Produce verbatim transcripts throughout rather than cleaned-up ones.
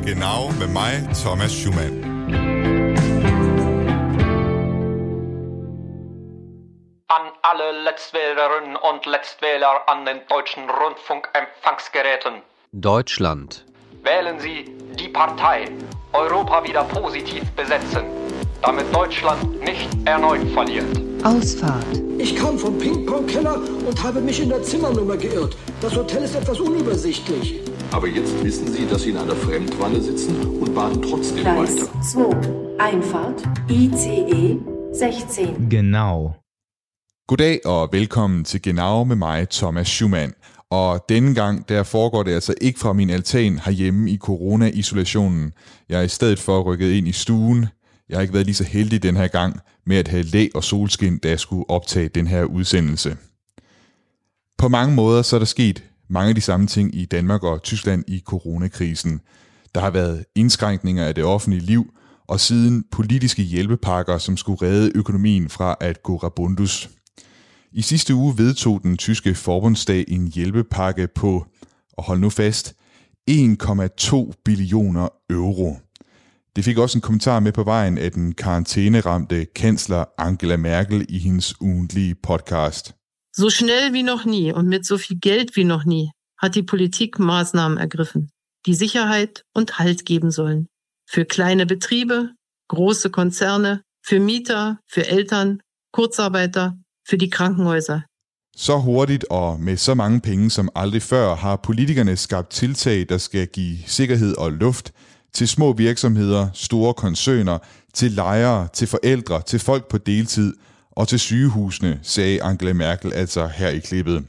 Genau med mig, Thomas Schumann. An alle Letztwählerinnen und Letztwähler an den deutschen Rundfunkempfangsgeräten. Deutschland. Wählen Sie die Partei Europa wieder positiv besetzen, damit Deutschland nicht erneut verliert. Ausfahrt. Ich kam vom Ping-Pong-Keller und habe mich in der Zimmernummer geirrt. Das Hotel ist etwas unübersichtlich. Aber jetzt wissen Sie, dass Sie in einer Fremdwanne sitzen und baden trotzdem Gleis weiter. zwei. Einfahrt. I C E seksten. Genau. Goddag og velkommen til Genau med mig, Thomas Schumann. Og denne gang, der foregår det altså ikke fra min altan herhjemme i corona-isolationen. Jeg er i stedet for rykket ind i stuen. Jeg har ikke været lige så heldig den her gang med at have læ og solskin, da jeg skulle optage den her udsendelse. På mange måder så er der sket mange af de samme ting i Danmark og Tyskland i coronakrisen. Der har været indskrænkninger af det offentlige liv, og siden politiske hjælpepakker, som skulle redde økonomien fra at gå rabundus. I sidste uge vedtog den tyske forbundsdag en hjælpepakke på, og hold nu fast, en komma to billioner euro. Det fik også en kommentar med på vejen af den karantæneramte kansler Angela Merkel i hendes ugentlige podcast. So schnell wie noch nie und mit so viel Geld wie noch nie hat die Politik Maßnahmen ergriffen, die Sicherheit und Halt geben sollen. Für kleine Betriebe, große Konzerne, für Mieter, für Eltern, Kurzarbeiter, für die Krankenhäuser. Så hurtigt og med så mange penge som aldrig før har politikerne skabt tiltag, der skal give sikkerhed og luft til små virksomheder, store koncerner, til lejere, til forældre, til folk på deltid og til sygehusene, sagde Angela Merkel altså her i klippet.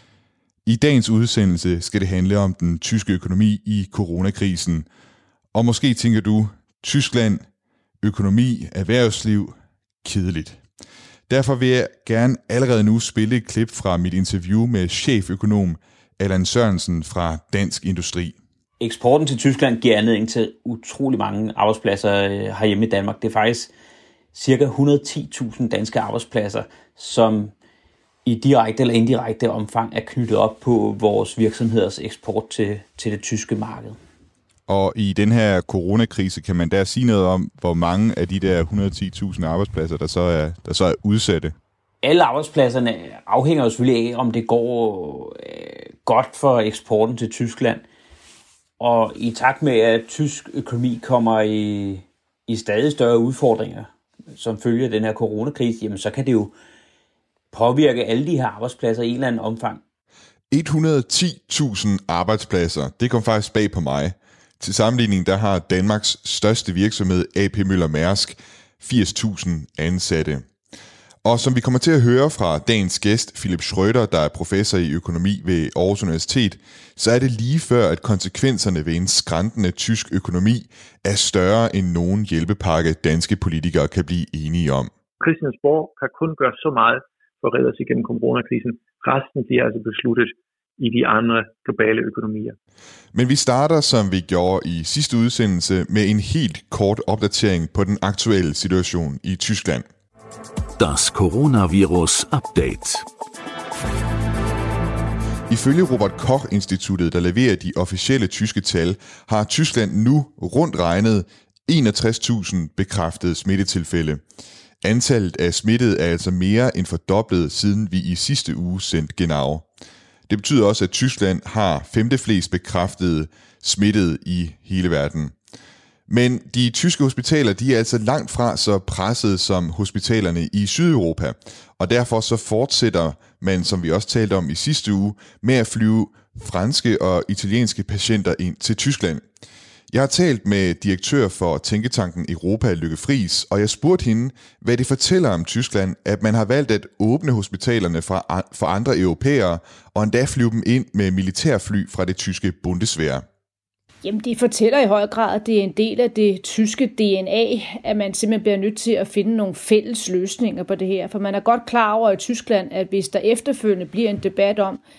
I dagens udsendelse skal det handle om den tyske økonomi i coronakrisen. Og måske tænker du, Tyskland, økonomi, erhvervsliv, kedeligt. Derfor vil jeg gerne allerede nu spille et klip fra mit interview med cheføkonom Allan Sørensen fra Dansk Industri. Eksporten til Tyskland giver anledning til utrolig mange arbejdspladser herhjemme i Danmark. Det er faktisk cirka et hundrede og ti tusind danske arbejdspladser, som i direkte eller indirekte omfang er knyttet op på vores virksomheders eksport til, til det tyske marked. Og i den her coronakrise kan man der sige noget om, hvor mange af de der et hundrede og ti tusind arbejdspladser, der så er, der så er udsatte? Alle arbejdspladserne afhænger jo selvfølgelig af, om det går øh, godt for eksporten til Tyskland. Og i takt med, at tysk økonomi kommer i, i stadig større udfordringer, som følger den her coronakrise, jamen så kan det jo påvirke alle de her arbejdspladser i en eller anden omfang. et hundrede og ti tusind arbejdspladser, det kom faktisk bag på mig. Til sammenligning, der har Danmarks største virksomhed, A P Møller Mærsk, firs tusind ansatte. Og som vi kommer til at høre fra dagens gæst, Philipp Schröder, der er professor i økonomi ved Aarhus Universitet, så er det lige før, at konsekvenserne ved en skrantende tysk økonomi er større end nogen hjælpepakke, danske politikere kan blive enige om. Christiansborg kan kun gøre så meget for at redde os igennem coronakrisen. Resten bliver altså besluttet i de andre globale økonomier. Men vi starter, som vi gjorde i sidste udsendelse, med en helt kort opdatering på den aktuelle situation i Tyskland. Das Coronavirus Update. Ifølge Robert Koch-instituttet, der leverer de officielle tyske tal, har Tyskland nu rundt regnet enogtres tusind bekræftede smittetilfælde. Antallet af smittede er altså mere end fordoblet, siden vi i sidste uge sendte Genau. Det betyder også, at Tyskland har femte flest bekræftede smittede i hele verden. Men de tyske hospitaler, de er altså langt fra så presset som hospitalerne i Sydeuropa, og derfor så fortsætter man, som vi også talte om i sidste uge, med at flyve franske og italienske patienter ind til Tyskland. Jeg har talt med direktør for tænketanken Europa, Lykke Friis, og jeg spurgte hende, hvad det fortæller om Tyskland, at man har valgt at åbne hospitalerne for, for andre europæere, og endda flyve dem ind med militærfly fra det tyske Bundeswehr. Jamen, det fortæller i høj grad, at det er en del af det tyske D N A, at man simpelthen bliver nødt til at finde nogle fælles løsninger på det her. For man er godt klar over i Tyskland, at hvis der efterfølgende bliver en debat om,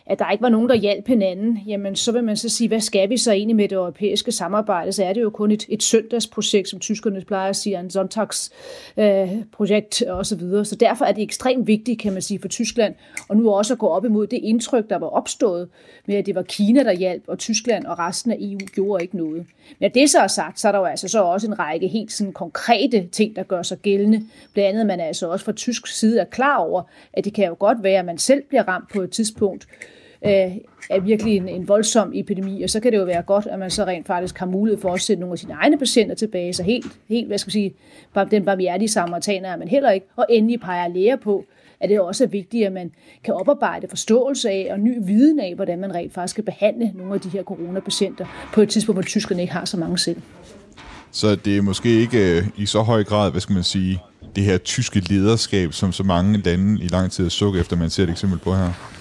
at der ikke var nogen, der hjalp hinanden, jamen så vil man så sige, hvad skal vi så egentlig med det europæiske samarbejde? Så er det jo kun et, et søndagsprojekt, som tyskerne plejer at sige, en Sonntagsprojekt øh, osv. Så, så derfor er det ekstremt vigtigt, kan man sige, for Tyskland, og nu også at gå op imod det indtryk, der var opstået med, at det var Kina, der hjalp, og Tyskland og resten af E U gjorde ikke noget. Men at det så er sagt, så er der jo altså så også en række helt sådan konkrete ting, der gør sig gældende. Blandt andet, man altså også fra tysk side er klar over, at det kan jo godt være, at man selv bliver ramt på et tidspunkt er virkelig en, en voldsom epidemi, og så kan det jo være godt, at man så rent faktisk har mulighed for at sætte nogle af sine egne patienter tilbage, så helt, helt hvad skal jeg sige, den barmhjertige samaritaner er man heller ikke, og endelig peger læger på, at det også er vigtigt, at man kan oparbejde forståelse af og ny viden af, hvordan man rent faktisk skal behandle nogle af de her coronapatienter på et tidspunkt, hvor tyskerne ikke har så mange selv. Så det er måske ikke i så høj grad, hvad skal man sige, det her tyske lederskab, som så mange lande i lang tid har sukket efter, man ser et eksempel på her?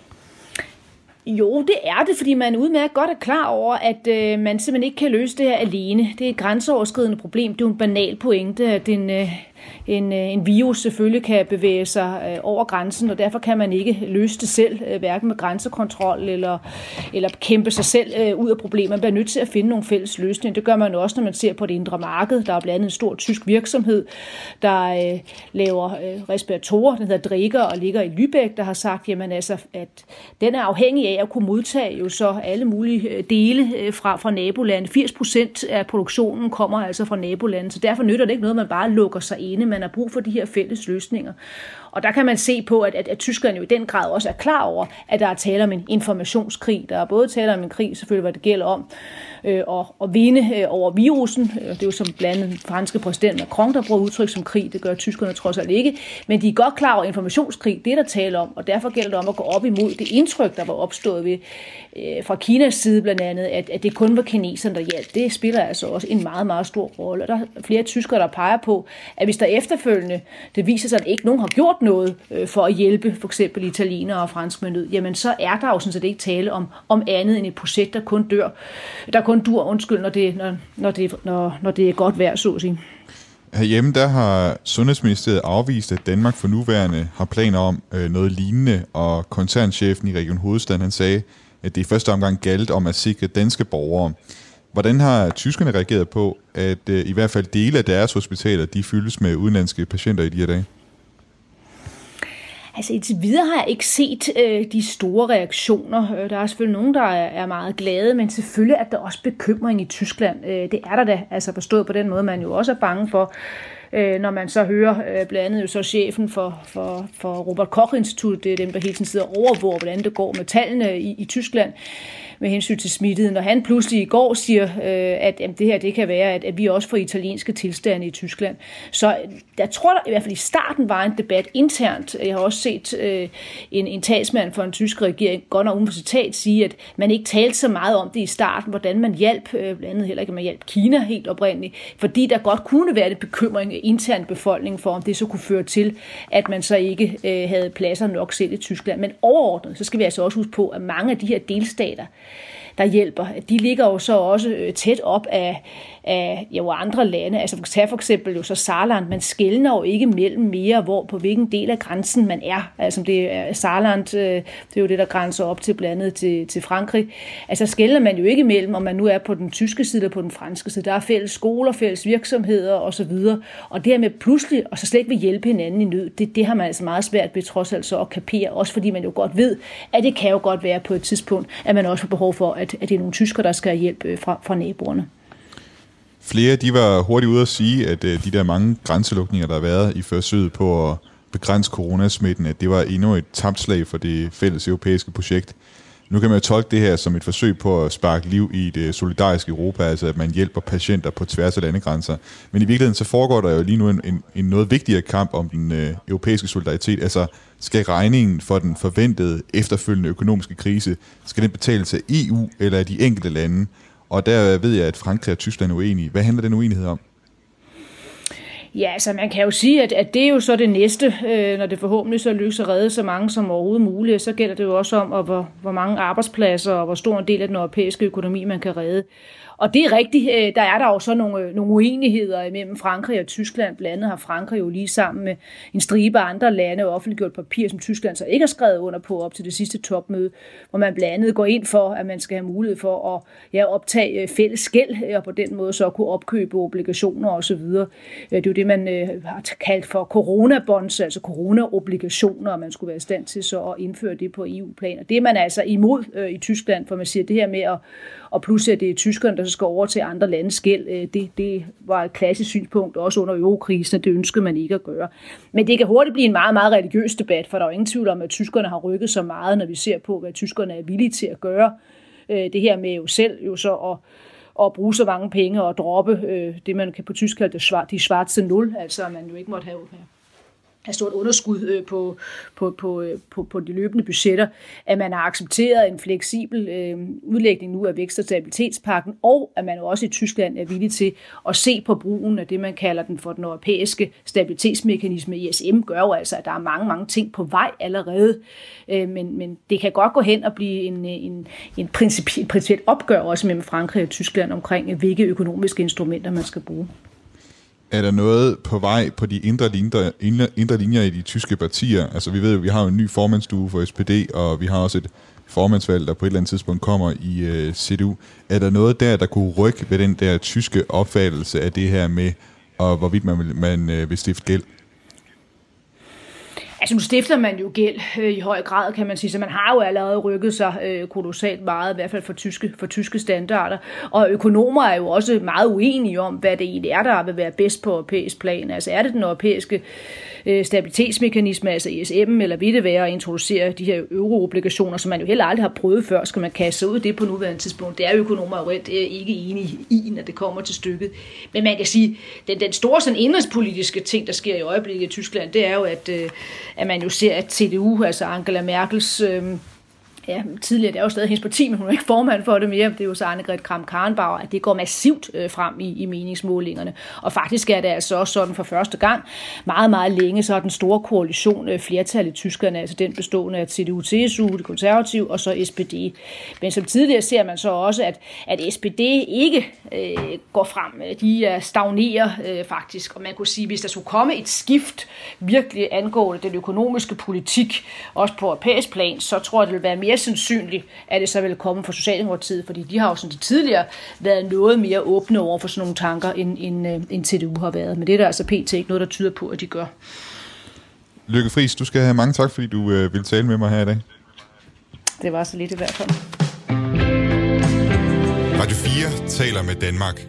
Jo, det er det, fordi man udmærket godt er klar over, at øh, man simpelthen ikke kan løse det her alene. Det er et grænseoverskridende problem. Det er jo en banal pointe, at en, øh, en, øh, en virus selvfølgelig kan bevæge sig øh, over grænsen, og derfor kan man ikke løse det selv, øh, hverken med grænsekontrol eller, eller kæmpe sig selv øh, ud af problemer. Man bliver nødt til at finde nogle fælles løsninger. Det gør man jo også, når man ser på det indre marked. Der er blandt andet en stor tysk virksomhed, der øh, laver øh, respiratorer, den hedder Dräger og ligger i Lübeck, der har sagt, jamen, altså, at den er afhængig af at kunne modtage jo så alle mulige dele fra, fra nabolande. firs procent af produktionen kommer altså fra nabolande, så derfor nytter det ikke noget, man bare lukker sig inde. Man har brug for de her fælles løsninger. Og der kan man se på, at, at, at tyskerne jo i den grad også er klar over, at der er tale om en informationskrig. Der er både tale om en krig, selvfølgelig, hvad det gælder om øh, at, at vinde øh, over virusen. Det er jo som blandt andet den franske præsident Macron, der bruger udtryk som krig. Det gør tyskerne trods alt ikke. Men de er godt klar over informationskrig, det er der tale om. Og derfor gælder det om at gå op imod det indtryk, der var opstået ved, øh, fra Kinas side blandt andet, at, at det kun var kineserne, der hjalp. Det spiller altså også en meget, meget stor rolle. Og der er flere tyskere, der peger på, at hvis der efterfølgende det viser sig, at ikke nogen har gjort noget for at hjælpe for eksempel italienere og franskmænd ud, jamen så er der jo sådan set ikke tale om, om andet end et projekt, der kun dør, der kun dur, undskyld, når det, når, når det, når, når det er godt vejr, så at sige. Herhjemme der har Sundhedsministeriet afvist, at Danmark for nuværende har planer om øh, noget lignende, og koncernchefen i Region Hovedstaden, han sagde, at det i første omgang galt om at sikre danske borgere. Hvordan har tyskerne reageret på, at øh, i hvert fald dele af deres hospitaler, de fyldes med udenlandske patienter i de her dage? Altså indtil videre har jeg ikke set øh, de store reaktioner. Der er selvfølgelig nogen, der er, er meget glade, men selvfølgelig er der også bekymring i Tyskland. Øh, det er der da, altså forstået på den måde, man jo også er bange for, øh, når man så hører øh, blandt andet jo så chefen for, for, for Robert Koch Institut, det er dem, der hele tiden sidder og overvåger, hvordan det går med tallene i, i Tyskland med hensyn til smittet. Når han pludselig i går siger, øh, at jamen, det her det kan være, at, at vi også får italienske tilstande i Tyskland. Så jeg tror, der i hvert fald i starten var en debat internt. Jeg har også set øh, en, en talsmand for en tysk regering, godt nok uden for citat, sige, at man ikke talte så meget om det i starten, hvordan man hjalp, øh, blandt andet heller ikke, at man hjalp Kina helt oprindeligt, fordi der godt kunne være det bekymring internt befolkningen for, om det så kunne føre til, at man så ikke øh, havde pladser nok selv i Tyskland. Men overordnet, så skal vi altså også huske på, at mange af de her delstater, der hjælper, de ligger jo så også tæt op af, af jo andre lande. Altså tag for eksempel jo så Saarland. Man skelner jo ikke mellem mere, hvor på hvilken del af grænsen man er. Altså det er Saarland, det er jo det, der grænser op til blandt andet til, til Frankrig. Altså skelner man jo ikke mellem, om man nu er på den tyske side eller på den franske side. Der er fælles skoler, fælles virksomheder osv. Og det her med pludselig, og så slet ikke vil hjælpe hinanden i nød, det, det har man altså meget svært ved trods alt så at kapere. Også fordi man jo godt ved, at det kan jo godt være på et tidspunkt, at man også har behov for, at, at det er nogle tyskere, der skal hjælpe fra, fra naboerne. Flere de var hurtigt ude at sige, at de der mange grænselukninger, der har været i forsøget på at begrænse coronasmitten, at det var endnu et tabt slag for det fælles europæiske projekt. Nu kan man jo tolke det her som et forsøg på at sparke liv i det solidariske Europa, altså at man hjælper patienter på tværs af landegrænser. Men i virkeligheden så foregår der jo lige nu en, en, en noget vigtigere kamp om den øh, europæiske solidaritet. Altså skal regningen for den forventede efterfølgende økonomiske krise, skal den betales af E U eller af de enkelte lande? Og der ved jeg, at Frankrig og Tyskland er uenige. Hvad handler den uenighed om? Ja, altså man kan jo sige, at, at det er jo så det næste, øh, når det forhåbentlig så lykkes at redde så mange som overhovedet muligt. Så gælder det jo også om, og hvor, hvor mange arbejdspladser og hvor stor en del af den europæiske økonomi man kan redde. Og det er rigtigt, øh, der er der jo så nogle, nogle uenigheder imellem Frankrig og Tyskland. Blandt andet har Frankrig jo lige sammen med en stribe andre lande offentliggjort papir, som Tyskland så ikke har skrevet under på op til det sidste topmøde, hvor man blandt andet går ind for, at man skal have mulighed for at ja, optage fælles gæld, og på den måde så kunne opkøbe obligationer osv. Det er jo det, man øh, har kaldt for coronabonds, altså coronaobligationer, og man skulle være i stand til så at indføre det på E U-plan. Og det er man altså imod øh, i Tyskland, for man siger det her med at og pludselig at det er tyskerne, der skal over til andre landes gæld. Det, det var et klassisk synspunkt, også under eurokrisen, og det ønskede man ikke at gøre. Men det kan hurtigt blive en meget, meget religiøs debat, for der er jo ingen tvivl om, at tyskerne har rykket så meget, når vi ser på, hvad tyskerne er villige til at gøre. Det her med jo selv jo så at, at bruge så mange penge og droppe det, man kan på tysk kalde det de schwarze nul, altså at man jo ikke måtte have have stort underskud på, på, på, på, på de løbende budgetter, at man har accepteret en fleksibel øh, udlægning nu af vækst- og stabilitetspakken, og at man jo også i Tyskland er villig til at se på brugen af det, man kalder den for den europæiske stabilitetsmekanisme. I S M gør jo altså, at der er mange, mange ting på vej allerede, øh, men, men det kan godt gå hen og blive en, en, en principiel, principiel opgør også mellem Frankrig og Tyskland omkring, hvilke økonomiske instrumenter man skal bruge. Er der noget på vej på de indre linjer, indre linjer i de tyske partier? Altså vi ved jo, vi har jo en ny formandsstue for S P D, og vi har også et formandsvalg, der på et eller andet tidspunkt kommer i uh, C D U. Er der noget der, der kunne rykke ved den der tyske opfattelse af det her med, og hvorvidt man vil, man, uh, vil stifte gæld? Altså nu stifter man jo gæld øh, i høj grad, kan man sige, så man har jo allerede rykket sig øh, kolossalt meget, i hvert fald for tyske, for tyske standarder. Og økonomer er jo også meget uenige om, hvad det egentlig er, der vil være bedst på europæisk plan. Altså er det den europæiske øh, stabilitetsmekanisme, altså E S M, eller vil det være at introducere de her euroobligationer, som man jo heller aldrig har prøvet før, skal man kaste sig ud det på nuværende tidspunkt. Det er økonomer jo rent ikke enige i, når det kommer til stykket. Men man kan sige, den, den store sådan indrigspolitiske ting, der sker i øjeblikket i Tyskland, det er jo, at øh, at man jo ser, at C D U, altså Angela Merkels, øh, ja, tidligere, det er jo stadig hendes parti, men hun er ikke formand for det mere, det er jo så Annegret Kramp-Karrenbauer, at det går massivt øh, frem i, i meningsmålingerne. Og faktisk er det altså også sådan for første gang, meget, meget længe, så er den store koalition øh, flertal i Tyskerne, altså den bestående af C D U, C S U, det konservative, og så S P D. Men som tidligere ser man så også, at, at S P D ikke øh, går frem. De stagnerer øh, faktisk, og man kunne sige, hvis der skulle komme et skift virkelig angående den økonomiske politik, også på europæisk plan, så tror jeg, det vil være mere sandsynligt, at det så vil komme fra Socialdemokratiet, fordi de har jo sådan tidligere været noget mere åbne over for sådan nogle tanker, end, end, end C D U har været. Men det er der altså pt. Ikke noget, der tyder på, at de gør. Lykke Friis, du skal have mange tak, fordi du øh, vil tale med mig her i dag. Det var så lidt i hvert fald. Radio fire taler med Danmark.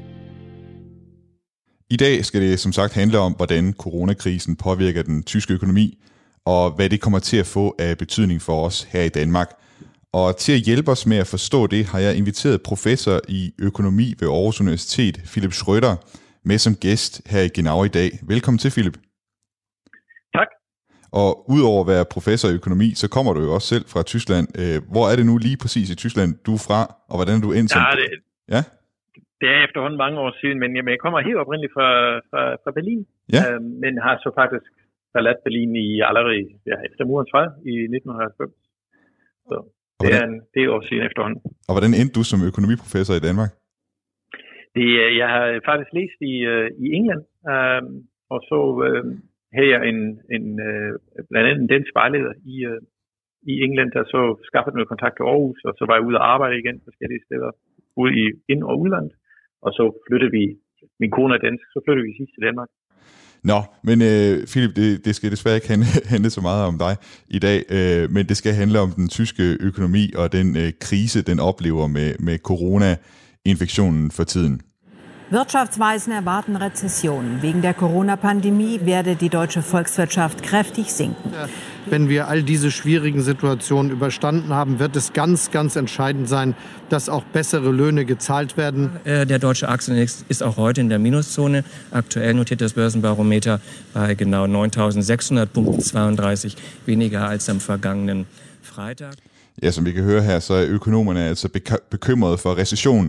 I dag skal det som sagt handle om, hvordan coronakrisen påvirker den tyske økonomi, og hvad det kommer til at få af betydning for os her i Danmark. Og til at hjælpe os med at forstå det, har jeg inviteret professor i økonomi ved Aarhus Universitet, Philipp Schröder, med som gæst her i Genau i dag. Velkommen til, Philipp. Tak. Og udover at være professor i økonomi, så kommer du jo også selv fra Tyskland. Hvor er det nu lige præcis i Tyskland, du er fra, og hvordan er du endt som... Ja, det, ja? det er efterhånden mange år siden, men jeg kommer helt oprindeligt fra, fra, fra Berlin, ja. øh, men har så faktisk forladt Berlin i allerede ja, efter murens fald i nitten halvfems. Så det hvordan, er en del år siden efterhånden. Og hvordan endte du som økonomiprofessor i Danmark? Det, jeg har faktisk læst i, uh, i England, uh, og så uh, havde jeg en, en, uh, blandt andet en dansk vejleder i, uh, i England, der så skaffede noget kontakt til Aarhus, og så var jeg ude og arbejde igen forskellige steder, ude i ind- og udland, og så flyttede vi, min kone er dansk, så flyttede vi sidst til Danmark. Nå, men øh, Philipp, det, det skal desværre ikke handle, handle så meget om dig i dag, øh, men det skal handle om den tyske økonomi og den øh, krise, den oplever med, med corona-infektionen for tiden. Wirtschaftsweisen erwarten Rezession. Wegen der Corona-Pandemie werde die deutsche Volkswirtschaft kräftig sinken. Wenn wir all diese schwierigen Situationen überstanden haben, wird es ganz, ganz entscheidend sein, dass auch bessere Löhne gezahlt werden. Der deutsche Aktienindex ist auch heute in der Minuszone. Aktuell notiert das Börsenbarometer bei genau neuntausendsechshundrede Punkten, zweiunddreißig weniger als am vergangenen Freitag. Ja, som vi kan høre her, så er økonomerne altså bekymrede for recession.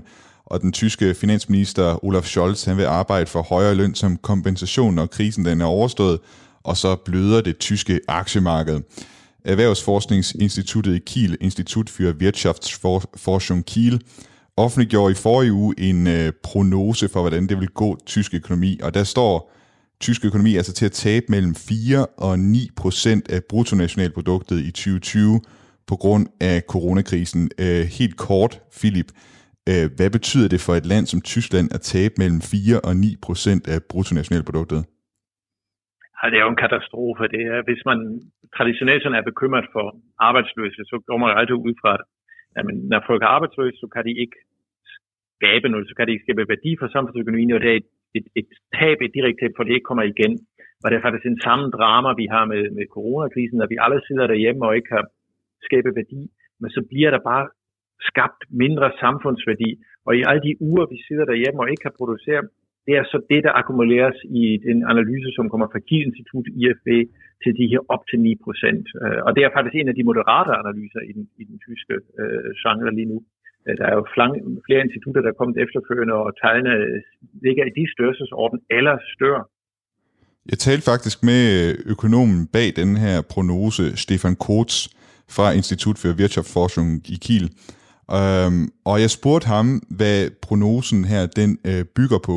og den tyske finansminister Olaf Scholz, han vil arbejde for højere løn som kompensation, når krisen den er overstået, og så bløder det tyske aktiemarked. Erhvervsforskningsinstituttet i Kiel, Institut für Wirtschaftsforschung Kiel, offentliggjorde i forrige uge en øh, prognose for, hvordan det vil gå tysk økonomi, og der står tysk økonomi altså til at tabe mellem fire og ni procent af bruttonationalproduktet i tyve tyve på grund af coronakrisen. Øh, helt kort, Philip, øh, hvad betyder det for et land som Tyskland at tabe mellem fire og ni procent af bruttonationalproduktet? Ja, det er jo en katastrofe. Det er, hvis man traditionelt er bekymret for arbejdsløse, så går man altid ud fra det. Jamen, når folk er arbejdsløse, så kan de ikke skabe noget, så kan de ikke skabe værdi for samfundsøkonomien, og det er et, et, et tab, et direkte tab, for det ikke kommer igen. Og det er faktisk en samme drama, vi har med, med coronakrisen, at vi alle sidder derhjemme og ikke har skabe værdi, men så bliver der bare skabt mindre samfundsværdi. Og i alle de uger, vi sidder derhjemme og ikke kan producere, det er så det, der akkumuleres i den analyse, som kommer fra Kiel Institut, I F B, til de her op til ni procent. Og det er faktisk en af de moderate analyser i den, i den tyske øh, genre lige nu. Der er jo flere institutter, der er kommet efterfølgende, og tallene ligger i de størrelsesorden eller større. Jeg talte faktisk med økonomen bag den her prognose, Stefan Kotz, fra Institut für Wirtschaftsforschung i Kiel. Um, og jeg spurgte ham, hvad prognosen her den øh, bygger på.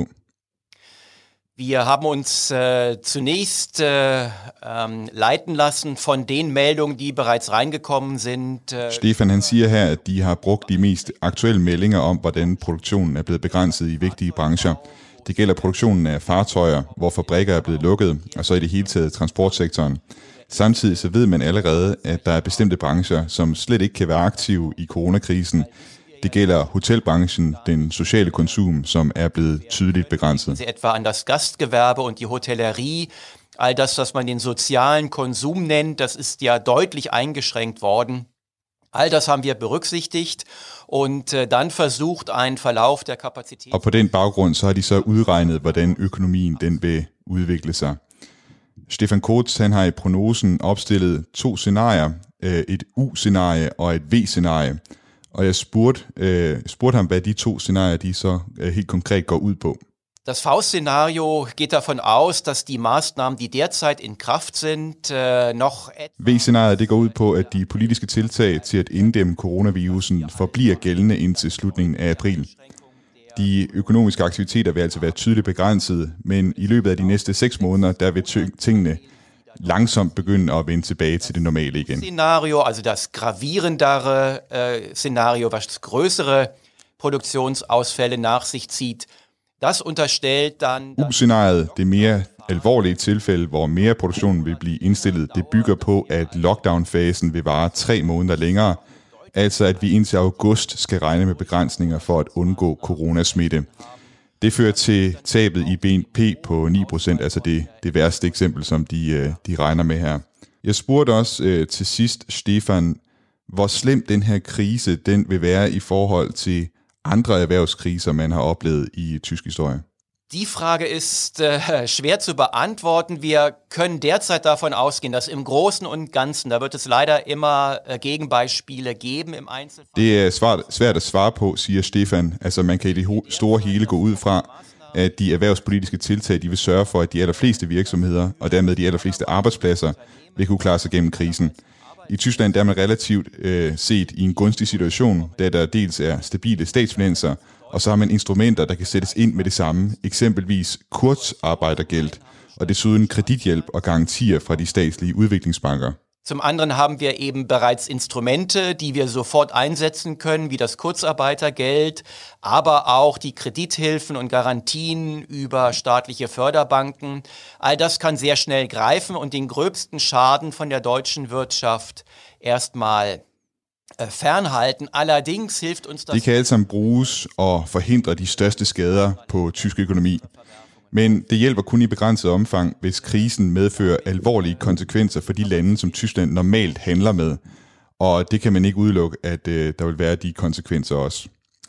Wir haben uns äh, zunächst äh, ähm, leiten lassen von den Meldungen, die bereits reingekommen sind. Äh Stefan han siger her, at de har brugt de mest aktuelle meldinger om, hvordan produktionen er blevet begrænset i vigtige brancher. Det gælder produktionen af fartøjer, hvor fabrikker er blevet lukket, og så i det hele taget transportsektoren. Samtidig så ved man allerede, at der er bestemte brancher, som slet ikke kan være aktive i coronakrisen. Det gælder hotelbranchen, den sociale konsum, som er blevet tydeligt begrænset. Etwa an das Gastgewerbe und die Hotellerie, all das, was man den sozialen Konsum nennt, das ist ja deutlich eingeschränkt worden. All das haben wir berücksichtigt und äh, dann versucht, einen Verlauf der Kapazität. Og på den baggrund så har de så udregnet, hvordan økonomien den vil udvikle sig. Stefan Kotz han har i prognosen opstillet to scenarier, et U-scenarie og et V-scenarie. Og jeg spurgte, øh, spurgte ham, hvad de to scenarier de så øh, helt konkret går ud på. Das Faustszenario geht davon aus, dass die Maßnahmen, die derzeit in Kraft sind, äh, noch... V-scenariet det går ud på, at de politiske tiltag til at inddæmme coronavirusen forbliver gældende indtil slutningen af april. De økonomiske aktiviteter vil altså være tydeligt begrænset, men i løbet af de næste seks måneder, der vil tingene langsomt begynde at vende tilbage til det normale igen. Szenario, altså das gravierendere äh, Szenario, was größere Produktionsausfälle nach sich zieht, das unterstellt dann... U-scenariet, det mere alvorlige tilfælde, hvor mere produktion vil blive indstillet, det bygger på, at lockdown-fasen vil vare tre måneder længere, altså at vi indtil august skal regne med begrænsninger for at undgå coronasmitte. Det fører til tabet i B N P på ni procent, altså det, det værste eksempel, som de, de regner med her. Jeg spurgte også øh, til sidst, Stefan, hvor slem den her krise den vil være i forhold til andre erhvervskriser, man har oplevet i tysk historie. Die Frage ist äh, schwer zu beantworten. Wir können derzeit davon ausgehen, dass im Großen und Ganzen, da wird es leider immer äh, Gegenbeispiele geben im Einzelfall. Det er svært, svært at svare på, siger Stefan. Altså man kan i det store hele gå ud fra, at de erhvervspolitiske tiltag, de vil sørge for, at de allerfleste virksomheder, og dermed de allerfleste arbejdspladser, vil kunne klare sig gennem krisen. I Tyskland der er man relativt øh, set i en gunstig situation, da der dels er stabile statsfinanser, og så har man instrumenter, der kan sættes ind med det samme, eksempelvis kurzarbejdergeld, og desuden kredithjælp og garantier fra de statslige udviklingsbanker. Zum anderen haben wir eben bereits Instrumente, die wir sofort einsetzen können, wie das Kurzarbeitergeld, aber auch die Kredithilfen und Garantien über staatliche Förderbanken. All das kann sehr schnell greifen und den gröbsten Schaden von der deutschen Wirtschaft erstmal fernhalten. Allerdings hilft uns das... Det kan alle sammen bruges og forhindre de største skader på tysk økonomi. Men det hjælper kun i begrænset omfang, hvis krisen medfører alvorlige konsekvenser for de lande, som Tyskland normalt handler med. Og det kan man ikke udelukke, at øh, der vil være de konsekvenser også.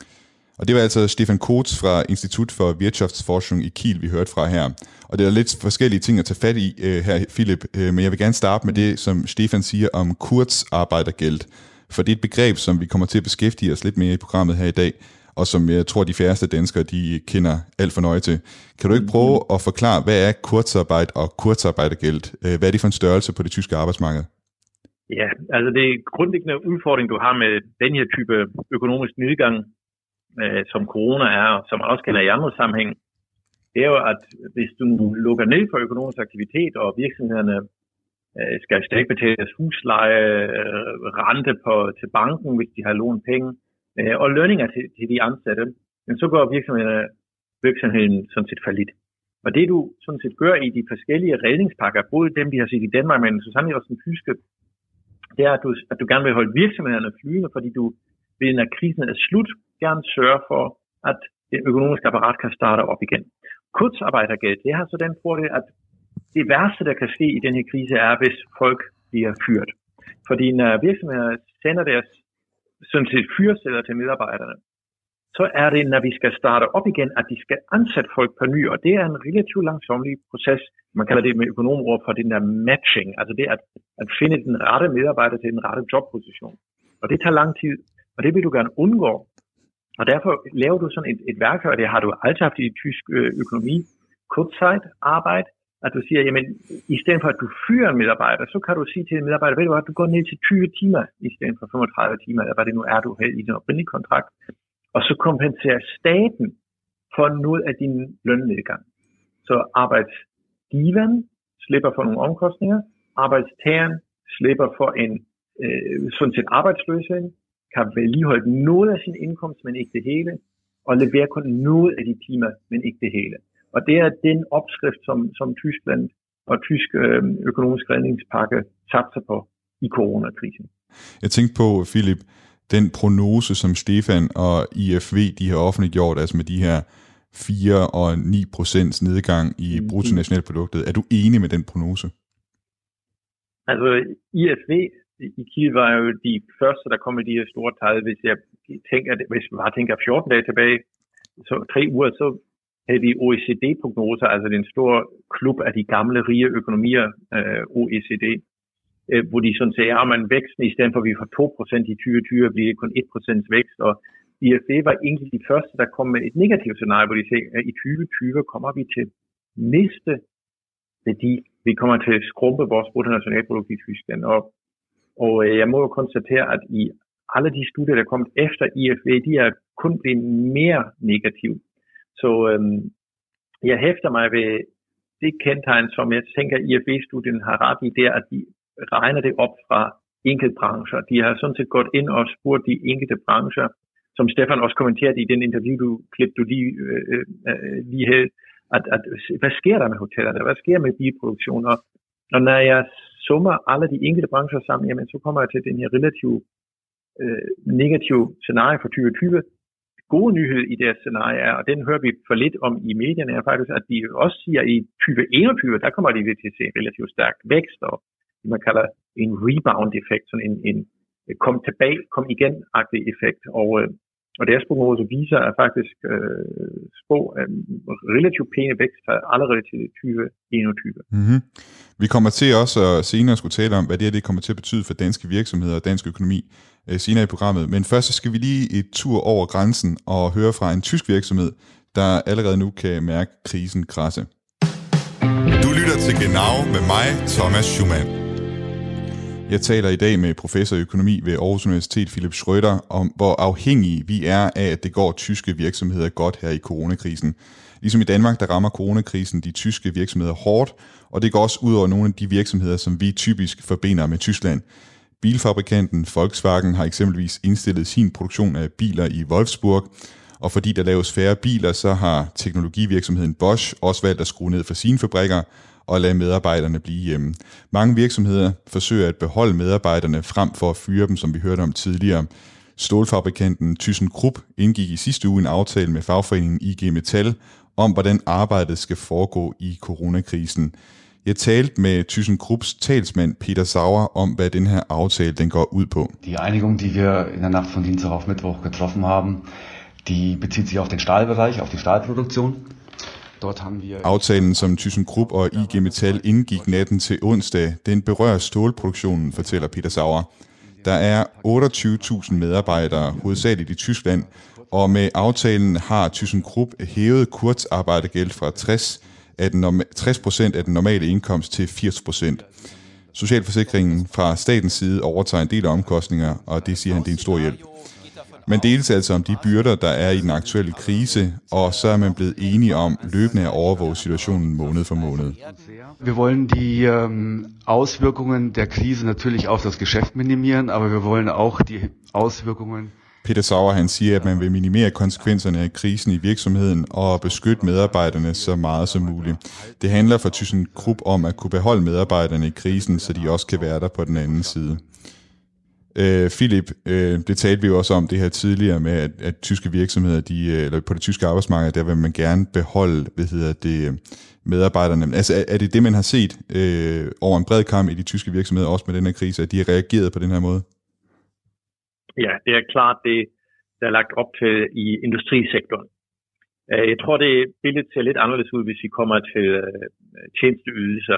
Og det var altså Stefan Kotz fra Institut for Wirtschaftsforschung i Kiel, vi hørte fra her. Og det er lidt forskellige ting at tage fat i øh, her, Philip. Øh, men jeg vil gerne starte med det, som Stefan siger om kurzarbejdergeld. For det er et begreb, som vi kommer til at beskæftige os lidt mere i programmet her i dag. og som jeg tror, de færreste danskere de kender alt for nøje til. Kan du ikke prøve at forklare, hvad er kurzarbejde og kurzarbejdergæld? Hvad er det for en størrelse på det tyske arbejdsmarked? Ja, altså det grundlæggende udfordring, du har med den her type økonomisk nedgang, øh, som corona er, og som man også kender i andre sammenhæng, det er jo, at hvis du lukker ned for økonomisk aktivitet, og virksomhederne øh, skal stadig betale deres husleje, øh, rente på, til banken, hvis de har lånt penge, øh, og lønninger til, til de ansatte, men så går virksomhederne, virksomheden sådan set fallit. Og det du sådan set gør i de forskellige redningspakker, både dem, vi har set i Danmark, men så sandelig også den tyske, det er, at du, at du gerne vil holde virksomhederne flydende, fordi du vil, når krisen er slut, gerne sørge for, at det økonomiske apparat kan starte op igen. Kurzarbejdergæld, det har så den fordel, at det værste, der kan ske i den her krise, er, hvis folk bliver fyret. Fordi når virksomheder sender deres sådan set fyresedler til medarbejderne, så er det, når vi skal starte op igen, at de skal ansætte folk på ny, og det er en relativt langsomlig proces. Man kalder det med økonomord for den der matching, altså det at, at finde den rette medarbejder til den rette jobposition. Og det tager lang tid, og det vil du gerne undgå. Og derfor laver du sådan et, et værktøj, og det har du altid haft i tysk økonomi, Kurzzeitarbejde, at du siger, jamen i stedet for at du fyrer en medarbejder, så kan du sige til en medarbejder, ved du hvad, du går ned til tyve timer, i stedet for femogtredive timer, eller hvad det nu er, du har i din oprindelige kontrakt. Og så kompenserer staten for noget af din lønnedgang. Så arbejdsgiveren slipper for nogle omkostninger, arbejdstageren slipper for en øh, sådan set arbejdsløshed, kan vedligeholde noget af sin indkomst, men ikke det hele, og levere kun noget af de timer, men ikke det hele. Og det er den opskrift, som, som Tyskland og tysk øh, økonomisk redningspakke satser på i coronakrisen. Jeg tænkte på, Philip, den prognose, som Stefan og I F V de har offentliggjort, altså med de her fire og ni procents nedgang i mm. bruttonationalproduktet. Er du enig med den prognose? Altså, I F V i Kiel var jo de første, der kom med de her store tal. Hvis jeg tænker, hvis man bare tænker fjorten dage tilbage, så tre uger, så havde vi O E C D-prognoser, altså den store klub af de gamle, rige økonomier, øh, O E C D, øh, hvor de sådan siger, at man væksten, i stedet for at vi får to procent i tyve tyve, bliver det kun et procent vækst, og I F V var egentlig de første, der kom med et negativt scenarie, hvor de siger, at i tyve tyve kommer vi til næste værdi. Vi kommer til at skrumpe vores bruttonationalprodukt i Tyskland, og Og jeg må jo konstatere, at i alle de studier, der er kommet efter I F V, de er kun blevet mere negative. Så øhm, jeg hæfter mig ved det kendetegn, som jeg tænker, I F V-studien har ret i, det er, at de regner det op fra enkelte brancher. De har sådan set gået ind og spurgt de enkelte brancher, som Stefan også kommenterede i den interview, du klip, du lige, øh, øh, lige havde, at, at hvad sker der med hotellerne? Hvad sker med bilproduktioner? Og når jeg summer alle de enkelte brancher sammen, jamen så kommer jeg til den her relativt øh, negative scenarie for tyve tyve. Gode nyhed i deres scenarie er, og den hører vi for lidt om i medierne, er faktisk, at de også siger, at i tyve enogtyve, der kommer de til at se relativt stærk vækst, og det man kalder en rebound-effekt, sådan en, en kom tilbage, kom igen-agtig effekt. Og, øh, og deres prognose viser, at faktisk øh, spå øh, relativt pæne vækst allerede til tyve enogtyve. Mm-hmm. Vi kommer til også at senere skulle tale om, hvad det her det kommer til at betyde for danske virksomheder og dansk økonomi øh, senere i programmet. Men først så skal vi lige et tur over grænsen og høre fra en tysk virksomhed, der allerede nu kan mærke krisen krasse. Du lytter til Genau med mig, Thomas Schumann. Jeg taler i dag med professor i økonomi ved Aarhus Universitet, Philip Schröder, om hvor afhængige vi er af, at det går tyske virksomheder godt her i coronakrisen. Ligesom i Danmark, der rammer coronakrisen de tyske virksomheder hårdt, og det går også ud over nogle af de virksomheder, som vi typisk forbinder med Tyskland. Bilfabrikanten Volkswagen har eksempelvis indstillet sin produktion af biler i Wolfsburg, og fordi der laves færre biler, så har teknologivirksomheden Bosch også valgt at skrue ned for sine fabrikker og lade medarbejderne blive hjemme. Mange virksomheder forsøger at beholde medarbejderne frem for at fyre dem, som vi hørte om tidligere. Stålfabrikanten ThyssenKrupp indgik i sidste uge en aftale med fagforeningen I G Metall om, hvordan arbejdet skal foregå i coronakrisen. Jeg talte med ThyssenKrupps talsmand Peter Sauer om, hvad den her aftale den går ud på. Die Einigung, die wir in der Nacht von Dienstag auf Mittwoch getroffen haben, die bezieht sich auf den Stahlbereich, auf die Stahlproduktion. Aftalen, som ThyssenKrupp og I G Metall indgik natten til onsdag, den berører stålproduktionen, fortæller Peter Sauer. Der er otteogtyve tusind medarbejdere, hovedsageligt i Tyskland, Og med aftalen har ThyssenKrupp hævet kurzarbejdergæld fra tres procent af den normale indkomst til firs procent. Socialforsikringen fra statens side overtager en del af omkostninger, og det siger han, det er en stor hjælp. Man deles altså om de byrder, der er i den aktuelle krise, og så er man blevet enige om løbende at overvåge situationen måned for måned. Wir wollen die ähm, Auswirkungen der Krise natürlich auf das Geschäft minimieren, aber wir wollen auch die Auswirkungen. Peter Sauer, han siger, at man vil minimere konsekvenserne af krisen i virksomheden og beskytte medarbejderne så meget som muligt. Det handler for ThyssenKrupp om at kunne beholde medarbejderne i krisen, så de også kan være der på den anden side. Øh, Philip, øh, det talte vi jo også om det her tidligere med, at, at tyske virksomheder, de, eller på det tyske arbejdsmarked, der vil man gerne beholde, hvad hedder det, medarbejderne. Altså er, er det det, man har set øh, over en bred kam i de tyske virksomheder, også med den her krise, at de har reageret på den her måde? Ja, det er klart det, der er lagt op til i industrisektoren. Jeg tror, det billedet ser lidt anderledes ud, hvis vi kommer til tjenesteydelser.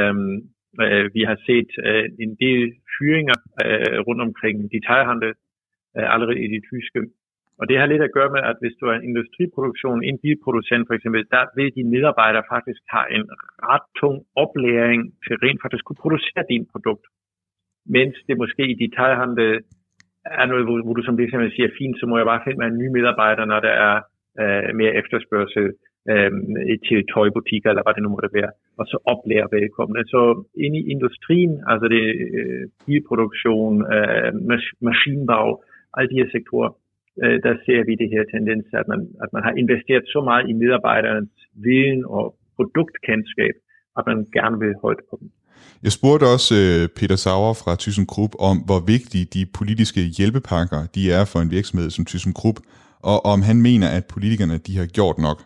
Vi har set en del fyringer rundt omkring detailhandel allerede i de tyske. Og det har lidt at gøre med, at hvis du er en industriproduktion, en bilproducent for eksempel, der vil de medarbejdere faktisk have en ret tung oplæring til rent faktisk kunne producere din produkt. Mens det måske i detailhandel er noget, hvor, hvor du som virksomhed siger, fint, så må jeg bare finde mig en ny medarbejder, når der er øh, mere efterspørgsel øh, til tøjbutikker, eller hvad det nu måtte være, og så oplære velkomne. Så inde i industrien, altså det øh, bilproduktion, øh, mas- maskinbag, alle de her sektorer, øh, der ser vi det her tendens, at man, at man har investeret så meget i medarbejdernes viden og produktkendskab, at man gerne vil holde på dem. Jeg spurgte også Peter Sauer fra ThyssenKrupp om, hvor vigtige de politiske hjælpepakker de er for en virksomhed som ThyssenKrupp, og om han mener, at politikerne de har gjort nok.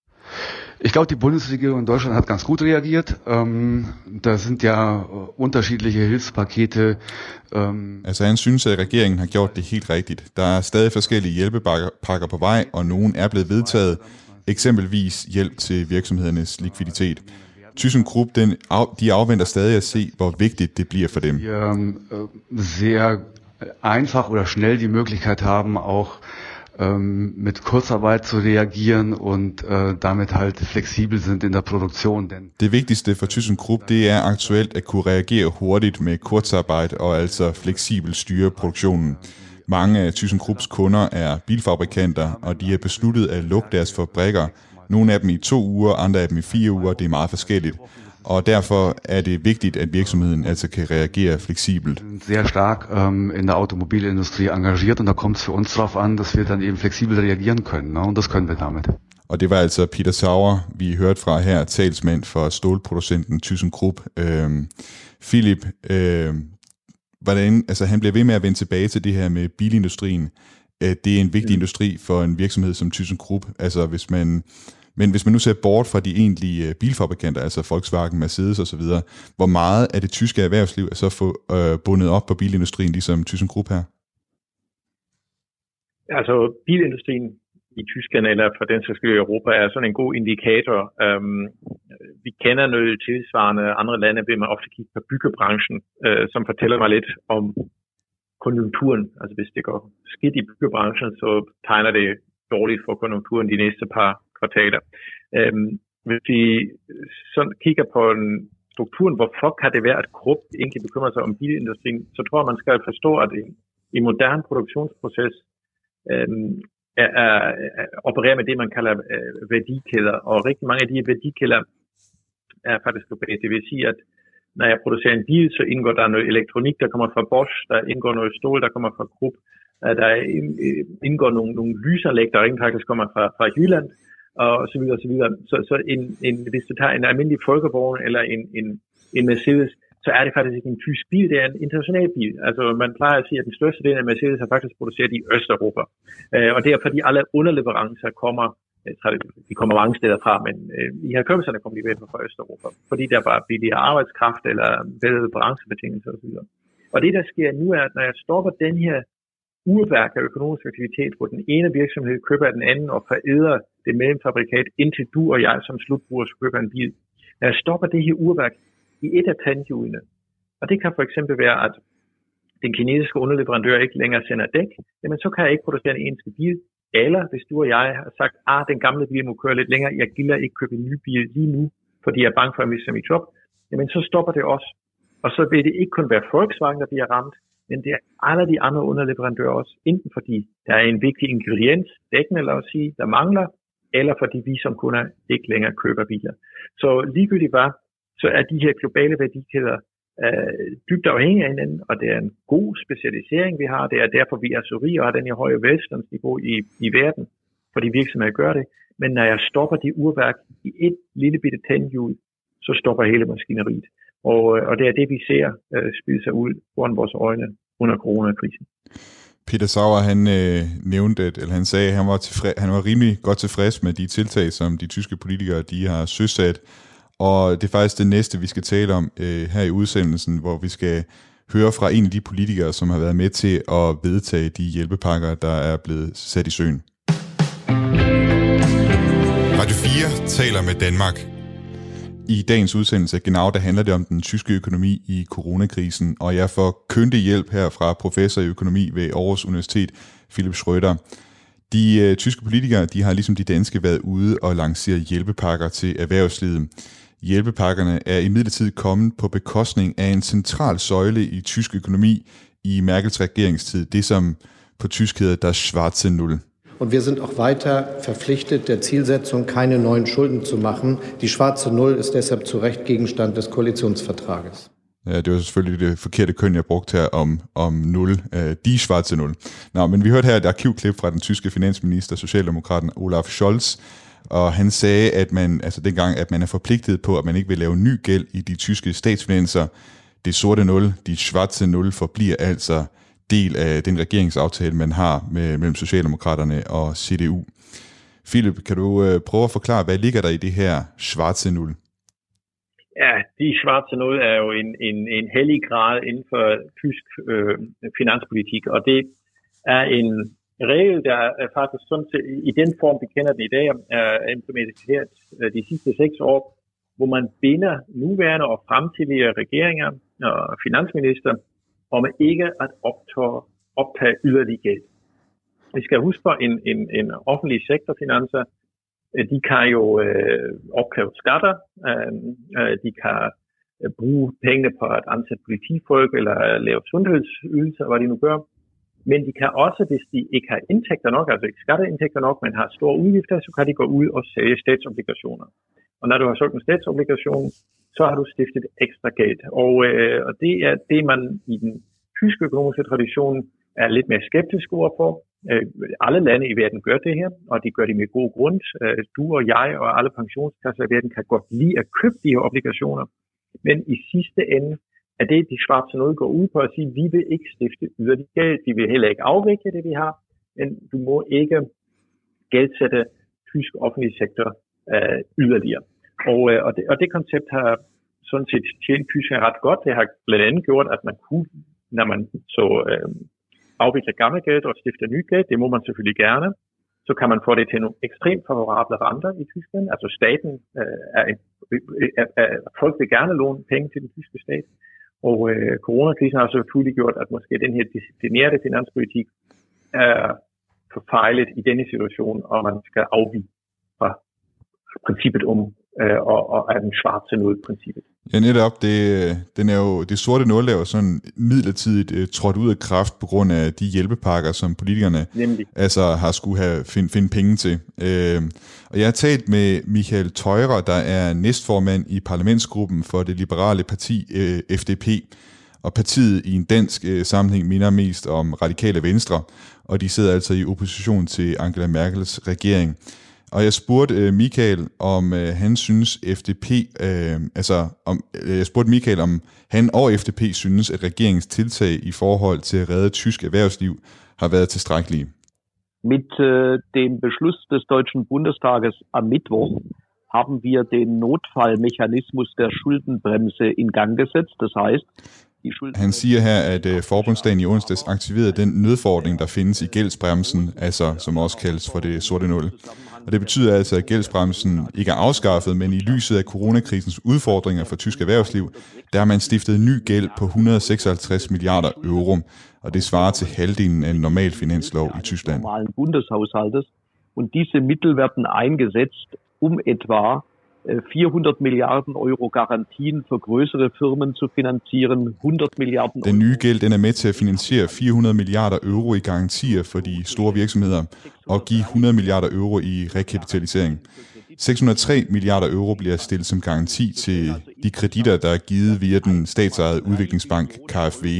Ich glaube, die Bundesregierung in Deutschland hat ganz gut reagiert. Ähm, da sind ja unterschiedliche Hilfspakete. Ähm. Altså han synes, at regeringen har gjort det helt rigtigt. Der er stadig forskellige hjælpepakker på vej, og nogle er blevet vedtaget, eksempelvis hjælp til virksomhedernes likviditet. ThyssenKrupp, den af, de afventer stadig at se, hvor vigtigt det bliver for dem. Die ähm, sehr einfach oder schnell die Möglichkeit haben, auch ähm, mit Kurzarbeit zu reagieren und äh, damit halt flexibel sind in der Produktion. Denn det vigtigste for ThyssenKrupp, det er aktuelt at kunne reagere hurtigt med kurzarbejde og altså fleksibelt styre produktionen. Mange af ThyssenKrupps kunder er bilfabrikanter, og de har besluttet at lukke deres fabrikker. Nogle af dem i to uger, andre af dem i fire uger, det er meget forskelligt. Og derfor er det vigtigt, at virksomheden altså kan reagere fleksibelt. Sehr stark ähm, in der Automobilindustrie engagiert, und da kommt es für uns darauf an, dass wir dann eben flexibel reagieren können, ne? Und das können wir damit. Og det var altså Peter Sauer, vi hørte fra her, talsmand for stålproducenten ThyssenKrupp. Øhm, Philip, øhm, hvordan, altså han bliver ved med at vende tilbage til det her med bilindustrien. Det er en vigtig mm. industri for en virksomhed som ThyssenKrupp. Altså hvis man, men hvis man nu ser bort fra de egentlige bilfabrikanter, altså Volkswagen, Mercedes osv., hvor meget af det tyske erhvervsliv er så få, øh, bundet op på bilindustrien, ligesom ThyssenKrupp her? Altså bilindustrien i Tyskland, eller for den sags skyld i Europa, er sådan en god indikator. Um, vi kender noget tilsvarende andre lande, vil man ofte kigge på byggebranchen, uh, som fortæller mig lidt om konjunkturen. Altså hvis det går skidt i byggebranchen, så tegner det dårligt for konjunkturen de næste par kvartaler. Um, hvis vi sådan kigger på en strukturen, hvorfor kan det være, at Krupp egentlig bekymrer sig om bilindustrien, så tror jeg, man skal forstå, at i moderne produktionsproces um, er, er, er, opererer med det, man kalder uh, værdikæder, og rigtig mange af de værdikæder er faktisk globalt. Det vil sige, at når jeg producerer en bil, så indgår der noget elektronik, der kommer fra Bosch, der indgår noget stål, der kommer fra Krupp, der indgår nogle, nogle lysanlæg, der rent faktisk kommer fra, fra Jylland, og så videre, og så videre. Så, så en, en, hvis du tager en almindelig folkevogn eller en, en, en Mercedes, så er det faktisk ikke en tysk bil, det er en international bil. Altså man plejer at sige, at den største del af Mercedes er faktisk produceret i Østeuropa. Og det er fordi alle underleverancer kommer, de kommer mange steder fra, men i halvfemserne kom de ved fra Østeuropa, fordi der var billigere arbejdskraft eller bedre branchebetingelser osv. Og det der sker nu er, at når jeg stopper den her urværk af økonomisk aktivitet, hvor den ene virksomhed køber den anden og forædler det mellemfabrikat, indtil du og jeg som slutbruger køber en bil. Når jeg stopper det her urværk i et af tandhjulene, og det kan for eksempel være, at den kinesiske underleverandør ikke længere sender dæk, jamen så kan jeg ikke producere en eneste bil, Eller hvis du og jeg har sagt, ah, den gamle bil må køre lidt længere, jeg gider ikke købe en ny bil lige nu, fordi jeg er bange for at miste mit job, jamen så stopper det også. Og så vil det ikke kun være Volkswagen, der bliver ramt, men det er alle de andre underleverandører også, enten fordi der er en vigtig ingrediens, dækkende lad os sige, der mangler, eller fordi vi som kunder ikke længere køber biler. Så ligegyldigt hvad, så er de her globale værdikæder øh, dybt afhængige af hinanden, og det er en god specialisering, vi har. Det er derfor, vi er så rige og har den her høje velstandsniveau i, i verden, fordi virksomheder gør det. Men når jeg stopper de urværk i et lille bitte tandhjul, så stopper hele maskineriet. Og, og det er det, vi ser øh, spille sig ud foran vores øjne under coronakrisen. Peter Sauer, han øh, nævnte, at, eller han sagde, at han var, tilfreds, han var rimelig godt tilfreds med de tiltag, som de tyske politikere de har søsat. Og det er faktisk det næste, vi skal tale om øh, her i udsendelsen, hvor vi skal høre fra en af de politikere, som har været med til at vedtage de hjælpepakker, der er blevet sat i søen. Radio fire taler med Danmark. I dagens udsendelse Genau, der handler det om den tyske økonomi i coronakrisen, og jeg får kyndig hjælp her fra professor i økonomi ved Aarhus Universitet, Philipp Schröder. De øh, tyske politikere, de har ligesom de danske været ude og lancere hjælpepakker til erhvervslivet. Hjælpepakkerne er imidlertid kommet på bekostning af en central søjle i tysk økonomi i Merkels regeringstid, det som på tysk hedder das schwarze Null. Und wir sind auch weiter verpflichtet, der Zielsetzung keine neuen Schulden zu machen. Die schwarze Null ist deshalb zu Recht Gegenstand des Koalitionsvertrages. Ja, det var selvfølgelig det forkerte køn, jeg brugte her om, om nul. Uh, de schwarze Null. Nå, men vi hørte her et arkivklip fra den tyske finansminister, socialdemokraten Olaf Scholz, og han sagde, at man, altså dengang, at man er forpligtet på, at man ikke vil lave ny gæld i de tyske statsfinanser. Det sorte nul, de schwarze Null, forbliver altså del af den regeringsaftale, man har med, mellem Socialdemokraterne og C D U. Philipp, kan du uh, prøve at forklare, hvad ligger der i det her schwarze Null? Ja, de schwarze Null er jo en, en, en hellig grad inden for tysk øh, finanspolitik, og det er en regel, der er faktisk sådan til, i den form, vi kender den i dag, er implementeret de sidste seks år, hvor man binder nuværende og fremtidige regeringer og finansminister om ikke at optage, optage yderligere gæld. Vi skal huske på, en, en, en offentlig sektorfinanser, de kan jo øh, opkræve skatter, øh, de kan øh, bruge pengene på at ansætte politifolk eller lave sundhedsydelser, hvad de nu gør. Men de kan også, hvis de ikke har indtægter nok, altså ikke skatteindtægter nok, men har store udgifter, så kan de gå ud og sælge statsobligationer. Og når du har solgt en statsobligation, så har du stiftet ekstra gæld. Og, øh, og det er det, man i den tyske økonomiske tradition er lidt mere skeptisk overfor. Øh, alle lande i verden gør det her, og de gør det med god grund. Øh, du og jeg og alle pensionskasser i verden kan godt lide at købe de her obligationer. Men i sidste ende er det, de schwarze Null går ud på at sige, at vi vil ikke stifte yderligere gæld. Vi vil heller ikke afvikle det, vi har, men du må ikke gældsætte tysk offentlig sektor øh, yderligere. Og, øh, og, det, og det koncept har sådan set tjent tyskerne ret godt. Det har blandt andet gjort, at man kunne, når man så øh, afvikler gammel gæld og stifter ny gæld, det må man selvfølgelig gerne, så kan man få det til nogle ekstremt favorable renter i Tyskland. Altså staten øh, er, er, er, folk vil gerne låne penge til den tyske stat. Og øh, coronakrisen har så tydeligt gjort, at måske den her disciplinerede finanspolitik er forfejlet i denne situation, og man skal afvige fra princippet om øh, og, og er den schwarze Null-princippet. Ja, netop. Det, den er jo, det sorte nul er jo sådan midlertidigt uh, trådt ud af kraft på grund af de hjælpepakker, som politikerne Nemlig. altså har skulle have find, finde penge til. Uh, og jeg har talt med Michael Theurer, der er næstformand i parlamentsgruppen for det liberale parti uh, F D P. Og partiet i en dansk uh, sammenhæng minder mest om Radikale Venstre, og de sidder altså i opposition til Angela Merkels regering. Og jeg spurgte øh, Michael, om øh, han synes F D P, øh, altså om, øh, jeg spurgte Michael, om han og F D P synes, at regeringens tiltag i forhold til at redde tysk erhvervsliv har været tilstrækkelige. Mit äh, dem Beschluss des Deutschen Bundestages am Mittwoch haben wir den Notfallmechanismus der Schuldenbremse in Gang gesetzt. Das heißt, Han siger her, at øh, forbundsdagen i onsdags aktiverede den nødforordning, der findes i gældsbremsen, altså som også kaldes for det sorte nul. Og det betyder altså, at gældsbremsen ikke er afskaffet, men i lyset af coronakrisens udfordringer for tysk erhvervsliv, der har man stiftet ny gæld på et hundrede og seksoghalvtreds milliarder euro, og det svarer til halvdelen af en normal finanslov i Tyskland. Bundeshaushaltes. Und diese Mittel werden eingesetzt, um etwa vierhundrede milliarder euro garantien for größere Firmen zu finanzieren, hundrede milliarder euro. Den nye gæld den er med til at finansiere fire hundrede milliarder euro i garantier for de store virksomheder og give hundrede milliarder euro i rekapitalisering. seks hundrede og tre milliarder euro bliver stillet som garanti til de kreditter, der er givet via den statsejede udviklingsbank K F W.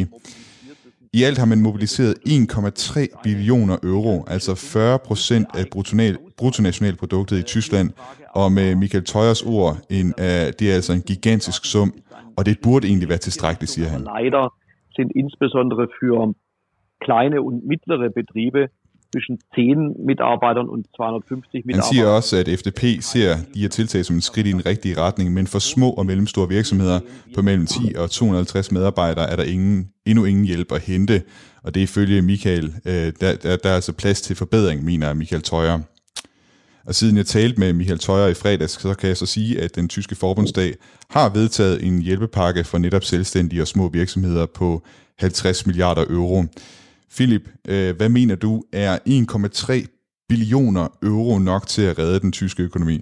I alt har man mobiliseret en komma tre billioner euro, altså fyrre procent af bruttonationalproduktet i Tyskland, og med Michael Theuers ord, en, uh, det er altså en gigantisk sum, og det burde egentlig være tilstrækkeligt, siger han. Leider sind insbesondere für kleine und mittlere Betriebe zwischen zehn Mitarbeitern und zweihundertfünfzig Mitarbeitern. Han siger også, at F D P ser de her tiltag som et skridt i den rigtige retning, men for små og mellemstore virksomheder på mellem ti og to hundrede og halvtreds medarbejdere er der ingen, endnu ingen hjælp at hente, og det er ifølge Michael, der, der, der er altså plads til forbedring, mener Michael Theuer. Og siden jeg talte med Michael Theuer i fredags, så kan jeg så sige, at den tyske forbundsdag har vedtaget en hjælpepakke for netop selvstændige og små virksomheder på halvtreds milliarder euro. Philip, hvad mener du, er en komma tre billioner euro nok til at redde den tyske økonomi?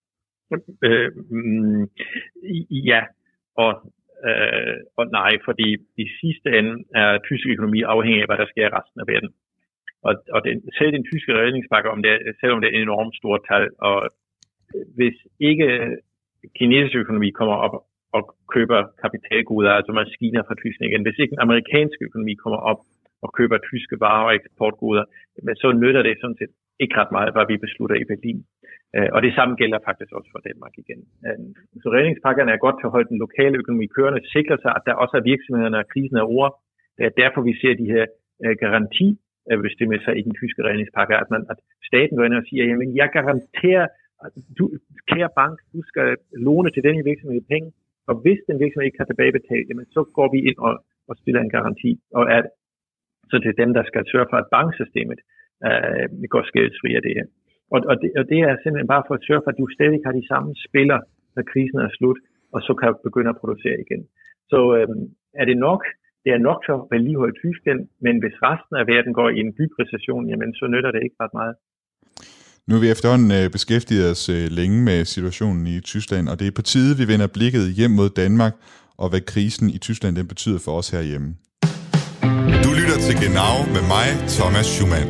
Øh, mm, ja, og, øh, og nej, fordi i sidste ende er tysk økonomi afhængig af, hvad der sker i resten af verden. Og, og den, selv den tyske redningspakke, om det er, selvom det er en enormt stor tal, og hvis ikke kinesisk økonomi kommer op og køber kapitalgoder, altså maskiner fra Tyskland igen, hvis ikke den amerikanske økonomi kommer op og køber tyske varer og eksportgoder, så nytter det sådan set ikke ret meget, hvad vi beslutter i Berlin. Og det samme gælder faktisk også for Danmark igen. Så redningspakkerne er godt til at holde den lokale økonomi kørende, sikre sig, at der også er virksomheder, når krisen er over. Det er derfor, vi ser de her garantibestemmelser i den tyske redningspakke, at, man, at staten går ind og siger, jamen jeg garanterer, at du, kære bank, du skal låne til denne virksomhed penge, og hvis den virksomhed ikke kan tilbagebetale, jamen så går vi ind og, og stiller en garanti, og er så det er dem, der skal sørge for, at banksystemet øh, går skadesfri af det her. Og, og, det, og det er simpelthen bare for at sørge for, at du stadig har de samme spillere, når krisen er slut, og så kan du begynde at producere igen. Så øh, er det nok, det er nok til at vedligeholde Tyskland, men hvis resten af verden går i en dyb recession, jamen så nytter det ikke ret meget. Nu er vi efterhånden beskæftiget os længe med situationen i Tyskland, og det er på tide, vi vender blikket hjem mod Danmark, og hvad krisen i Tyskland den betyder for os herhjemme. Du lytter til Genau med mig, Thomas Schumann.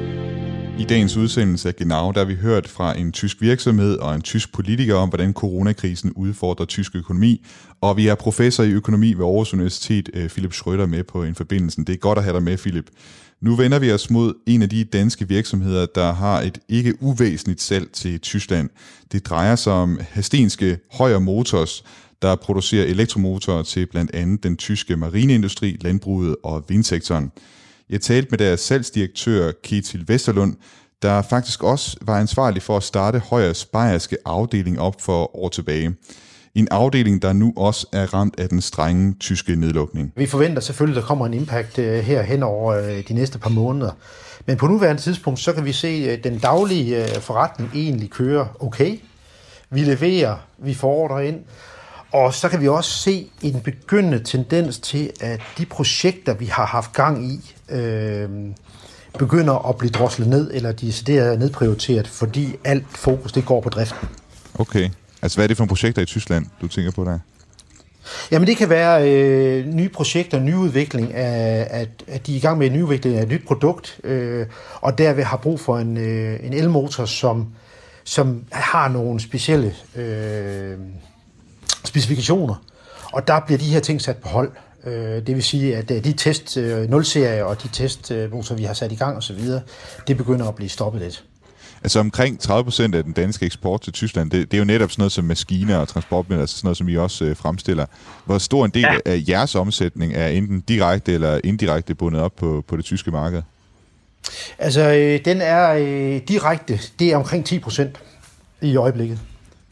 I dagens udsendelse af Genau, der har vi hørt fra en tysk virksomhed og en tysk politiker om, hvordan coronakrisen udfordrer tysk økonomi. Og vi har professor i økonomi ved Aarhus Universitet, Philip Schröder, med på en forbindelse. Det er godt at have dig med, Philip. Nu vender vi os mod en af de danske virksomheder, der har et ikke uvæsentligt salg til Tyskland. Det drejer sig om Hastenske Højer Motors, der producerer elektromotorer til blandt andet den tyske marineindustri, landbruget og vindsektoren. Jeg talte med deres salgsdirektør Ketil Westerlund, der faktisk også var ansvarlig for at starte Højers bayerske afdeling op for år tilbage. En afdeling, der nu også er ramt af den strenge tyske nedlukning. Vi forventer selvfølgelig, at der kommer en impact her hen over de næste par måneder. Men på nuværende tidspunkt, så kan vi se, at den daglige forretning egentlig kører okay. Vi leverer, vi får ordre ind. Og så kan vi også se en begyndende tendens til, at de projekter, vi har haft gang i, øh, begynder at blive droslet ned, eller de er nedprioriteret, fordi alt fokus det går på driften. Okay. Altså hvad er det for nogle projekter i Tyskland, du tænker på der? Jamen det kan være øh, nye projekter, nyudvikling af, at, at de er i gang med en nyudvikling af et nyt produkt, øh, og derved har brug for en, øh, en elmotor, som, som har nogle specielle øh, specifikationer, og der bliver de her ting sat på hold. Øh, det vil sige, at de test øh, nul-serier og de testmotorer, vi har sat i gang osv., det begynder at blive stoppet lidt. Altså omkring tredive procent af den danske eksport til Tyskland, det, det er jo netop sådan noget som maskiner og transportmidler, altså sådan noget, som I også øh, fremstiller. Hvor stor en del ja. af jeres omsætning er enten direkte eller indirekte bundet op på, på det tyske marked? Altså, øh, den er øh, direkte, det er omkring ti procent i øjeblikket.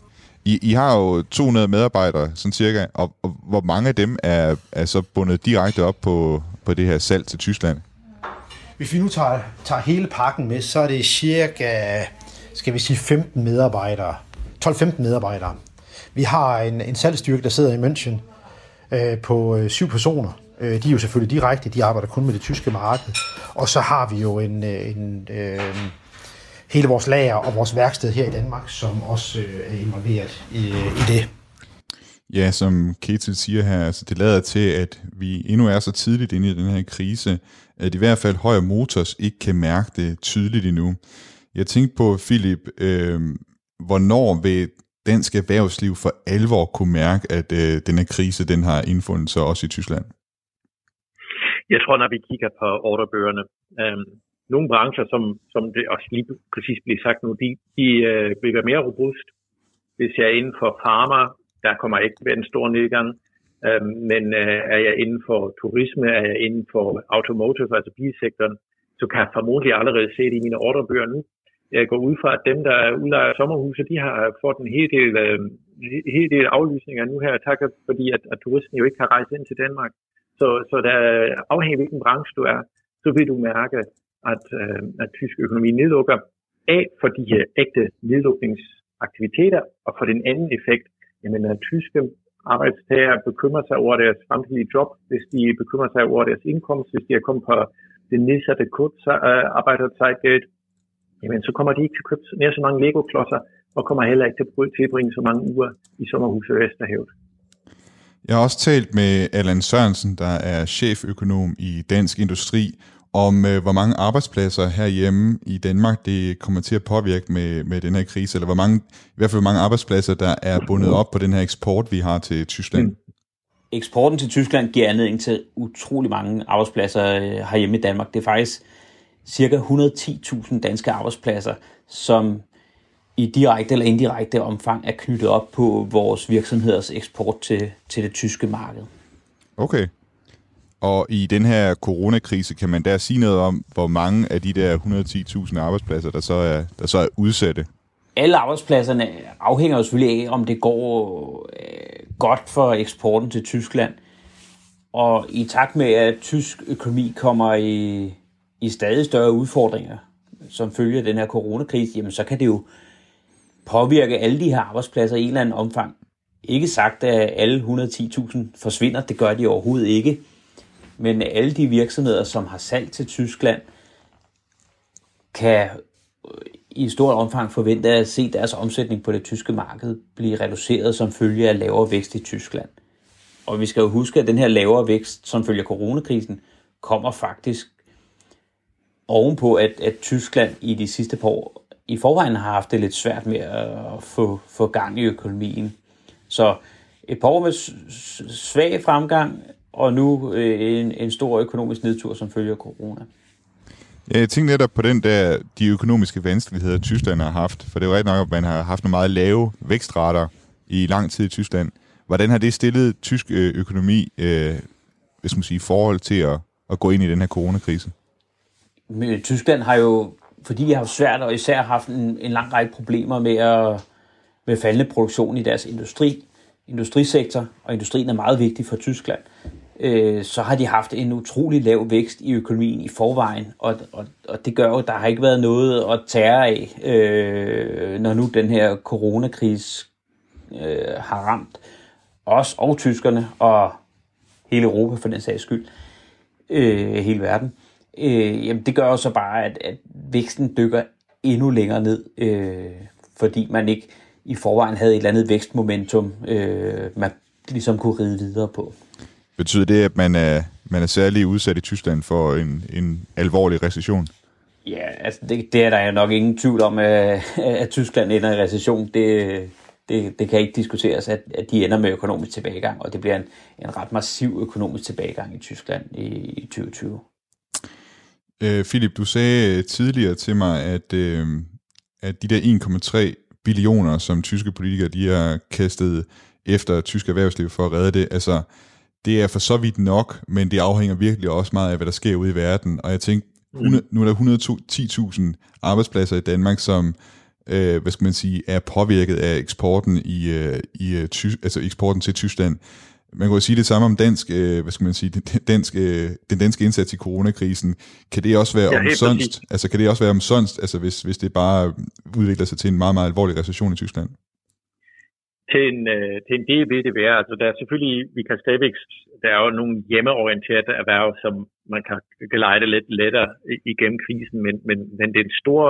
I, I har jo to hundrede medarbejdere, sådan cirka, og, og hvor mange af dem er, er så bundet direkte op på, på det her salg til Tyskland? Hvis vi nu tager, tager hele pakken med, så er det cirka, skal vi sige, femten medarbejdere, tolv femten medarbejdere. Vi har en, en salgsstyrke, der sidder i München øh, på øh, syv personer. Øh, de er jo selvfølgelig direkte, de arbejder kun med det tyske marked. Og så har vi jo en, en, øh, hele vores lager og vores værksted her i Danmark, som også øh, er involveret i, i det. Ja, som Ketil siger her, altså det lader til, at vi endnu er så tidligt inde i den her krise, at i hvert fald Højer Motors ikke kan mærke det tydeligt endnu. Jeg tænkte på, Philip, øh, hvornår vil dansk erhvervsliv for alvor kunne mærke, at øh, den her krise den har indfundet sig også i Tyskland? Jeg tror, når vi kigger på ordrebøgerne, øh, nogle brancher, som, som det også lige præcis bliver sagt nu, de, de øh, bliver mere robust. Hvis jeg er inden for pharma, der kommer ikke være en stor nedgang. Øh, men øh, er jeg inden for turisme, er jeg inden for automotive, altså bilsektoren, så kan jeg formodentlig allerede se det i mine ordrebøger nu. Jeg går ud fra, at dem, der udlejer sommerhuse, de har fået en hel del, øh, hel del aflysninger nu her, takket fordi, at, at turisten jo ikke kan rejse ind til Danmark. Så, så der afhængig af hvilken branche du er, så vil du mærke, at, øh, at tysk økonomi nedlukker af for de her ægte nedlukningsaktiviteter, og for den anden effekt, jamen at tyske arbejdstagere bekymrer sig over deres fremtidige job, hvis de bekymrer sig over deres indkomst, hvis de er kommet på det nedsatte kurzarbejderzeitgeld, jamen så kommer de ikke til at købe mere så mange Lego-klodser, og kommer heller ikke til at tilbringe så mange uger i sommerhuset Vesterhavet. Jeg har også talt med Allan Sørensen, der er cheføkonom i Dansk Industri, om øh, hvor mange arbejdspladser herhjemme i Danmark det kommer til at påvirke med, med den her krise, eller hvor mange, i hvert fald hvor mange arbejdspladser, der er bundet op på den her eksport, vi har til Tyskland. Mm. Eksporten til Tyskland giver anledning til utrolig mange arbejdspladser herhjemme i Danmark. Det er faktisk cirka et hundrede og ti tusind danske arbejdspladser, som i direkte eller indirekte omfang er knyttet op på vores virksomheders eksport til, til det tyske marked. Okay. Og i den her coronakrise, kan man der sige noget om, hvor mange af de der et hundrede og ti tusind arbejdspladser, der så er, der så er udsatte? Alle arbejdspladserne afhænger jo selvfølgelig af, om det går øh, godt for eksporten til Tyskland. Og i takt med, at tysk økonomi kommer i, i stadig større udfordringer, som følge af den her coronakrise, jamen så kan det jo påvirke alle de her arbejdspladser i en eller anden omfang. Ikke sagt, at alle et hundrede og ti tusind forsvinder, det gør de overhovedet ikke. Men alle de virksomheder, som har salg til Tyskland, kan i stort omfang forvente at se deres omsætning på det tyske marked blive reduceret som følge af lavere vækst i Tyskland. Og vi skal jo huske, at den her lavere vækst, som følge af coronakrisen, kommer faktisk ovenpå, at, at Tyskland i de sidste par år i forvejen har haft det lidt svært med at få, få gang i økonomien. Så et par år med svag fremgang, og nu en, en stor økonomisk nedtur som følge af corona. Ja, jeg tænkte netop på den der, de økonomiske vanskeligheder, Tyskland har haft. For det er jo rigtig nok, at man har haft nogle meget lave vækstrater i lang tid i Tyskland. Hvordan har det stillet tysk økonomi, øh, hvis man siger, i forhold til at, at gå ind i den her coronakrise? Men Tyskland har jo, fordi de har svært og især haft en, en lang række problemer med, at, med faldende produktion i deres industri, industrisektor, og industrien er meget vigtig for Tyskland, øh, så har de haft en utrolig lav vækst i økonomien i forvejen, og, og, og det gør jo, at der har ikke været noget at tære af, øh, når nu den her coronakrise øh, har ramt os og tyskerne, og hele Europa for den sags skyld, øh, hele verden. Øh, jamen det gør jo så bare, at, at væksten dykker endnu længere ned, øh, fordi man ikke i forvejen havde et eller andet vækstmomentum, øh, man ligesom kunne ride videre på. Betyder det, at man er, man er særlig udsat i Tyskland for en, en alvorlig recession? Ja, altså det, det er der nok ingen tvivl om, at, at Tyskland ender i recession. Det, det, det kan ikke diskuteres, at, at de ender med økonomisk tilbagegang, og det bliver en, en ret massiv økonomisk tilbagegang i Tyskland i, i tyve tyve. Øh, Philip, du sagde tidligere til mig, at, øh, at de der en komma tre billioner, som tyske politikere de har kastet efter tysk erhvervsliv for at redde det, altså det er for så vidt nok, men det afhænger virkelig også meget af, hvad der sker ude i verden. Og jeg tænkte, nu er der et hundrede og ti tusind arbejdspladser i Danmark, som øh, hvad skal man sige, er påvirket af eksporten i, øh, i ty, altså eksporten til Tyskland. Man kan jo sige det samme om dansk, øh, hvad skal man sige, dansk, øh, den danske indsats i coronakrisen. Kan det også være ja, omsonst? Altså kan det også være omsonst, altså hvis, hvis det bare udvikler sig til en meget, meget alvorlig recession i Tyskland? Til en, øh, til en del vil det være. Altså der er selvfølgelig, vi kan stadigvæk, der er jo nogle hjemmeorienterede erhverv, som man kan glide lidt lettere igennem krisen, men, men, men den store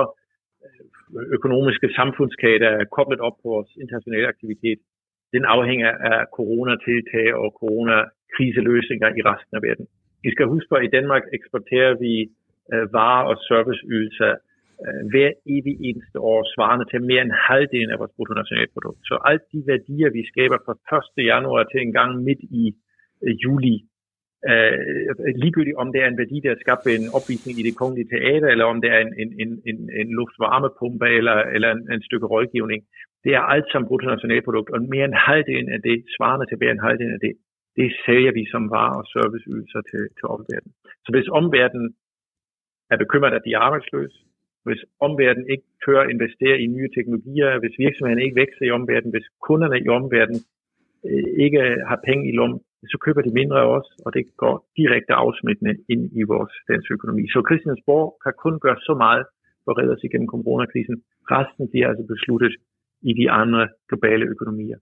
økonomiske samfundskage, der er koblet op på vores internationale aktivitet, den afhænger af coronatiltag og coronakriseløsninger i resten af verden. Vi skal huske på, at i Danmark eksporterer vi øh, varer og serviceydelser øh, hver evig eneste år, svarende til mere end halvdelen af vores bruttonationalprodukt. Så alt de værdier, vi skaber fra første januar til en gang midt i øh, juli, øh, ligegyldigt om det er en værdi, der er skabt ved en opvisning i det kongelige teater, eller om det er en, en, en, en, en luftvarmepumpe eller, eller en, en stykke rådgivning, det er alt som bruttonationalprodukt, og mere end halvdelen af det, svarende til mere end halvdelen af det, det sælger vi som varer og serviceydelser til, til omverdenen. Så hvis omverdenen er bekymret, at de er arbejdsløse, hvis omverdenen ikke tør at investere i nye teknologier, hvis virksomhederne ikke vækster i omverdenen, hvis kunderne i omverdenen øh, ikke har penge i lommen, så køber de mindre af os, og det går direkte afsmittende ind i vores danske økonomi. Så Christiansborg kan kun gøre så meget for at redde os igennem coronakrisen. Resten bliver altså besluttet i de andre globale økonomier.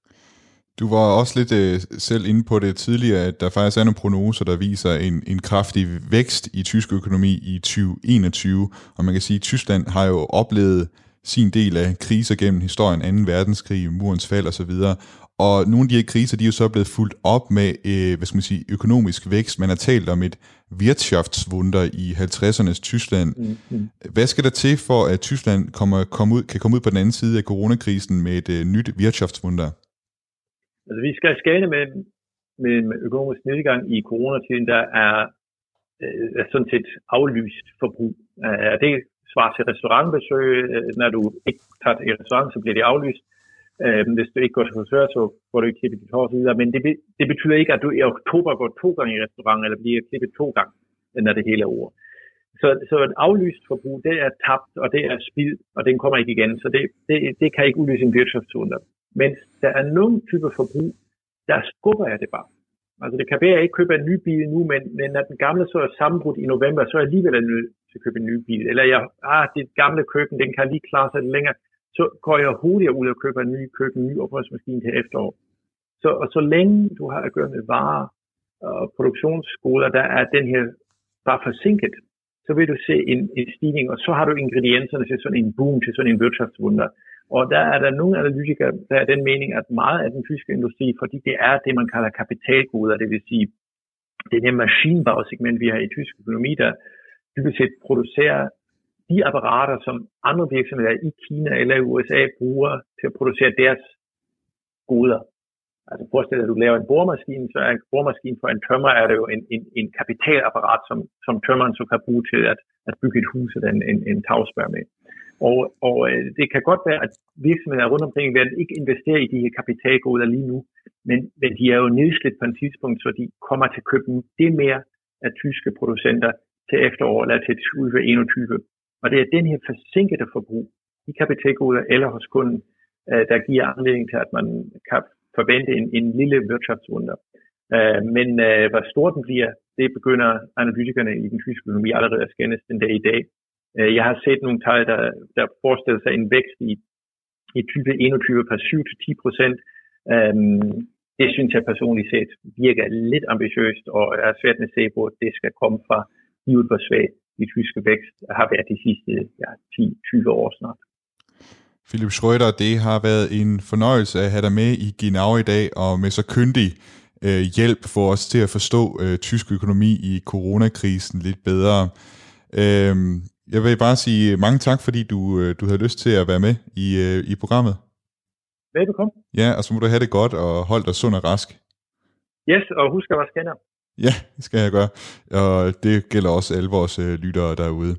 Du var også lidt øh, selv inde på det tidligere, at der faktisk er nogle prognoser, der viser en, en kraftig vækst i tysk økonomi i tyve enogtyve, og man kan sige, at Tyskland har jo oplevet sin del af kriser gennem historien, anden verdenskrig, murens fald osv., og nogle af de her kriser, de er jo så blevet fulgt op med øh, hvad skal man sige, økonomisk vækst. Man har talt om et Wirtschaftswunder i halvtredsernes Tyskland. Mm-hmm. Hvad skal der til for, at Tyskland kommer, kommer ud, kan komme ud på den anden side af coronakrisen med et øh, nyt Wirtschaftswunder? Altså, vi skal skelne med, med, med økonomisk nedgang i coronatiden, der er, øh, er sådan set aflyst forbrug. Uh, det svarer til restaurantbesøg. Når du ikke tager i restaurant, så bliver det aflyst. Uh, hvis du ikke går til frisør, så får du ikke klippet dit hår videre. Men det, det betyder ikke, at du i oktober går to gange i restaurant, eller bliver klippet to gange, når det hele er over. Så, så et aflyst forbrug, det er tabt, og det er spild, og den kommer ikke igen. Så det, det, det kan ikke udløse en Wirtschaftswunder. Men der er nogle typer forbrug, der skubber jeg det bare. Altså det kan være, at jeg ikke køber en ny bil nu, men, men når den gamle så er sammenbrudt i november, så er jeg alligevel nødt til at købe en ny bil. Eller jeg, ah, det gamle køkken, den kan lige klare sig lidt længere. Så går jeg hurtigere ud og køber en ny køkken, en ny opvaskemaskine til efterår. Så, og så længe du har at gøre med varer og produktionsskoler, der er den her bare forsinket, så vil du se en, en stigning, og så har du ingredienserne til sådan en boom, til sådan en Wirtschaftswunder. Og der er der nogle analytikere, der er den mening, at meget af den tyske industri, fordi det er det, man kalder kapitalgoder, det vil sige, det er det maskinbausegment, vi har i tysk økonomi, der dybest set producerer de apparater, som andre virksomheder i Kina eller i U S A bruger til at producere deres goder. Altså forestil dig, at du laver en boremaskine, så er en boremaskine for en tømrer, er det jo en, en, en kapitalapparat, som, som tømmeren så kan bruge til at, at bygge et hus eller en, en, en tagspær med. Og, og det kan godt være, at virksomheder rundt omkring i verden ikke investerer i de her kapitalgoder lige nu, men, men de er jo nedslidt på et tidspunkt, så de kommer til at købe det mere af tyske producenter til efterår eller til tyve enogtyve. Og det er den her forsinkede forbrug i kapitalgoder eller hos kunden, der giver anledning til, at man kan forvente en, en lille Wirtschaftswunder. Men hvor stor den bliver, det begynder analytikerne i den tyske økonomi allerede at skændes den dag i dag. Jeg har set nogle tal, der, der forestiller sig en vækst i, i tyve enogtyve på syv til ti procent. Um, det synes jeg personligt set virker lidt ambitiøst, og er svært at se, hvor det skal komme fra, givet hvor svag de tyske vækst har været de sidste ja, ti til tyve år snart. Philipp Schröder, det har været en fornøjelse at have dig med i Genau i dag, og med så kyndig øh, hjælp for os til at forstå øh, tysk økonomi i coronakrisen lidt bedre. Øh, Jeg vil bare sige mange tak, fordi du, du havde lyst til at være med i, i programmet. Velbekomme. Ja, og så må du have det godt og hold dig sund og rask. Yes, og husk at vaske hænder. Ja, det skal jeg gøre. Og det gælder også alle vores lyttere derude.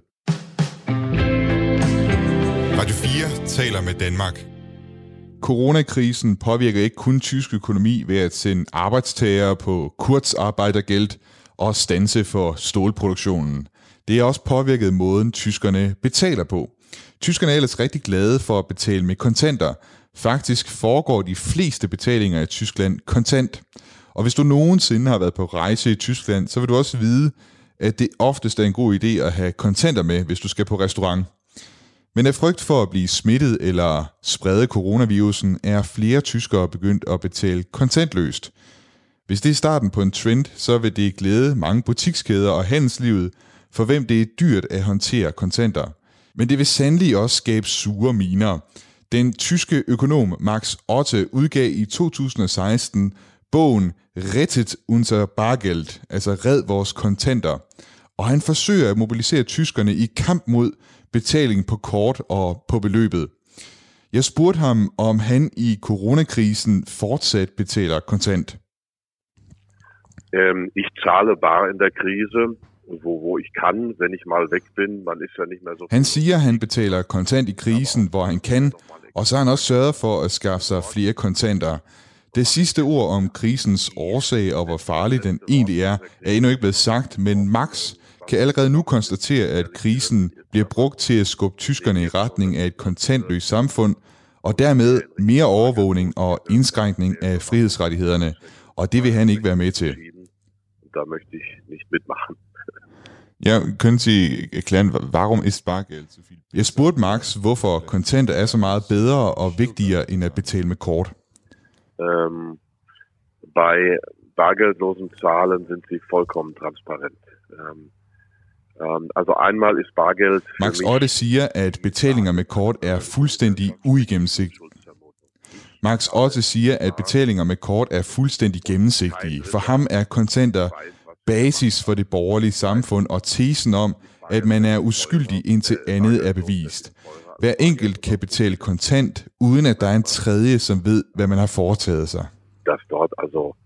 Radio fire taler med Danmark. Coronakrisen påvirker ikke kun tysk økonomi ved at sende arbejdstagere på kurzarbejdergeld og standse for stålproduktionen. Det er også påvirket måden, tyskerne betaler på. Tyskerne er ellers rigtig glade for at betale med kontanter. Faktisk foregår de fleste betalinger i Tyskland kontant. Og hvis du nogensinde har været på rejse i Tyskland, så vil du også vide, at det oftest er en god idé at have kontanter med, hvis du skal på restaurant. Men af frygt for at blive smittet eller sprede coronavirusen, er flere tyskere begyndt at betale kontantløst. Hvis det er starten på en trend, så vil det glæde mange butikskæder og handelslivet, for hvem det er dyrt at håndtere kontanter. Men det vil sandelig også skabe sure miner. Den tyske økonom Max Otte udgav i to tusind og seksten bogen Rettet unser Bargeld, altså Red vores kontanter. Og han forsøger at mobilisere tyskerne i kamp mod betaling på kort og på beløbet. Jeg spurgte ham, om han i coronakrisen fortsat betaler kontant. Ähm, ich zahle bar in der Krise, wo, wo ich kann, wenn ich mal weg bin. Man ist ja nicht mehr so. Han siger, at han betaler kontant i krisen, hvor han kan, og så har han også sørget for at skaffe sig flere kontanter. Det sidste ord om krisens årsag og hvor farlig den egentlig er, er endnu ikke blevet sagt, men Max kan allerede nu konstatere, at krisen bliver brugt til at skubbe tyskerne i retning af et kontantløst samfund, og dermed mere overvågning og indskrænkning af frihedsrettighederne, og det vil han ikke være med til. Da möchte ich nicht mitmachen. Ja, können Sie erklären, warum ist Bargeld so viel? Jeg spurgte Max, hvorfor kontanter er så meget bedre og vigtigere end at betale med kort. Ähm, bei bargeldlosen Zahlen sind sie vollkommen transparent. Ähm, ähm, also einmal ist Bargeld... Max Otte siger, at betalinger med kort er fuldstændig uigennemsigtige. Max Otte siger, at betalinger med kort er fuldstændig gennemsigtige. For ham er kontanter basis for det borgerlige samfund og tesen om, at man er uskyldig indtil andet er bevist. Hver enkelt kan betale kontant, uden at der er en tredje, som ved, hvad man har foretaget sig. Dass dort also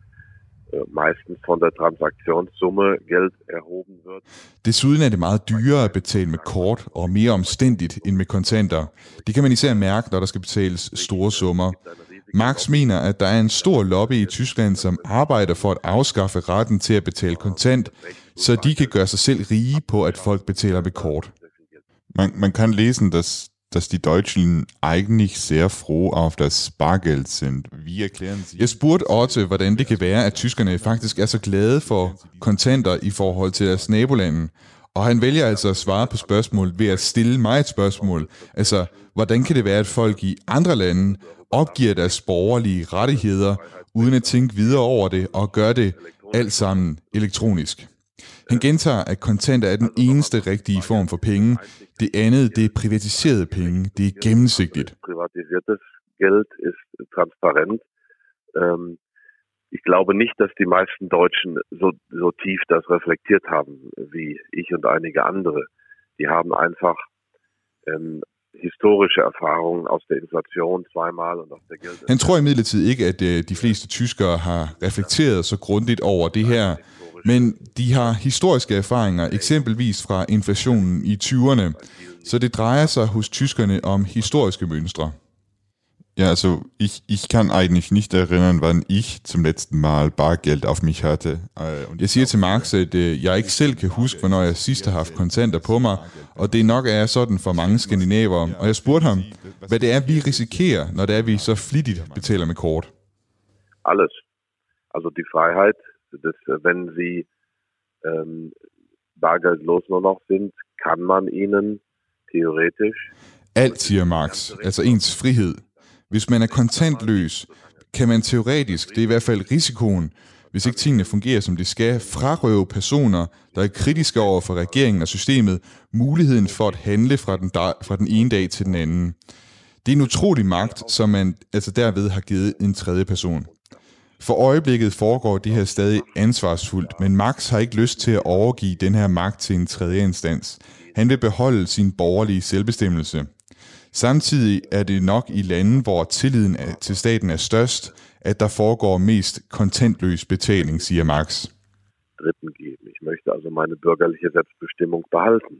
meistens von der Transaktionssumme Geld erhoben wird. Desuden er det meget dyrere at betale med kort og mere omstændigt end med kontanter. Det kan man især mærke, når der skal betales store summer. Max mener, at der er en stor lobby i Tyskland, som arbejder for at afskaffe retten til at betale kontant, så de kan gøre sig selv rige på, at folk betaler med kort. Man, man kan lesen, dass, dass die Deutschen eigentlich sehr froh auf das Bargeld sind. Wie erklären Sie? Jeg spurgte Otte, hvordan det kan være, at tyskerne faktisk er så glade for kontanter i forhold til deres nabolande. Og han vælger altså at svare på spørgsmål ved at stille mig et spørgsmål. Altså, hvordan kan det være, at folk i andre lande opgiver deres borgerlige rettigheder, uden at tænke videre over det, og gør det alt sammen elektronisk? Han gentager, at kontanter er den eneste rigtige form for penge. Det andet, det er privatiserede penge. Det er gennemsigtigt. Privatisiertes Geld ist transparent. Ähm, ich glaube nicht, dass die meisten Deutschen so, so tief das reflektiert haben, wie ich und einige andere. Die haben einfach ähm, historische Erfahrungen aus der Inflation zweimal und aus der Geld. Han tror imidlertid ikke, at de fleste tyskere har reflekteret så grundigt over det her, men de har historiske erfaringer, eksempelvis fra inflationen i tyverne, så det drejer sig hos tyskerne om historiske mønstre. Ja, also ich, ich kann eigentlich nicht erinnern, wann ich zum letzten Mal Bargeld auf mich hatte. Jeg siger til Max, at jeg ikke selv kan huske, hvornår jeg sidst har haft kontanter på mig, og det nok er sådan for mange skandinavere. Og jeg spurgte ham, hvad det er, vi risikerer, når det er, vi så flittigt betaler med kort. Alles. Also die Freiheit, dass, wenn sie ähm, bargeldlos nur noch sind, kann man ihnen theoretisch... Alt, siger Max, altså ens frihed. Hvis man er kontantløs, kan man teoretisk, det er i hvert fald risikoen, hvis ikke tingene fungerer som de skal, frarøve personer, der er kritiske over for regeringen og systemet, muligheden for at handle fra den, fra den ene dag til den anden. Det er en utrolig magt, som man altså derved har givet en tredje person. For øjeblikket foregår det her stadig ansvarsfuldt, men Max har ikke lyst til at overgive den her magt til en tredje instans. Han vil beholde sin borgerlige selvbestemmelse. Samtidig er det nok i lande, hvor tilliden til staten er størst, at der foregår mest kontantløs betaling, siger Max. Dritten geben. Ich möchte also meine bürgerliche Selbstbestimmung behalten.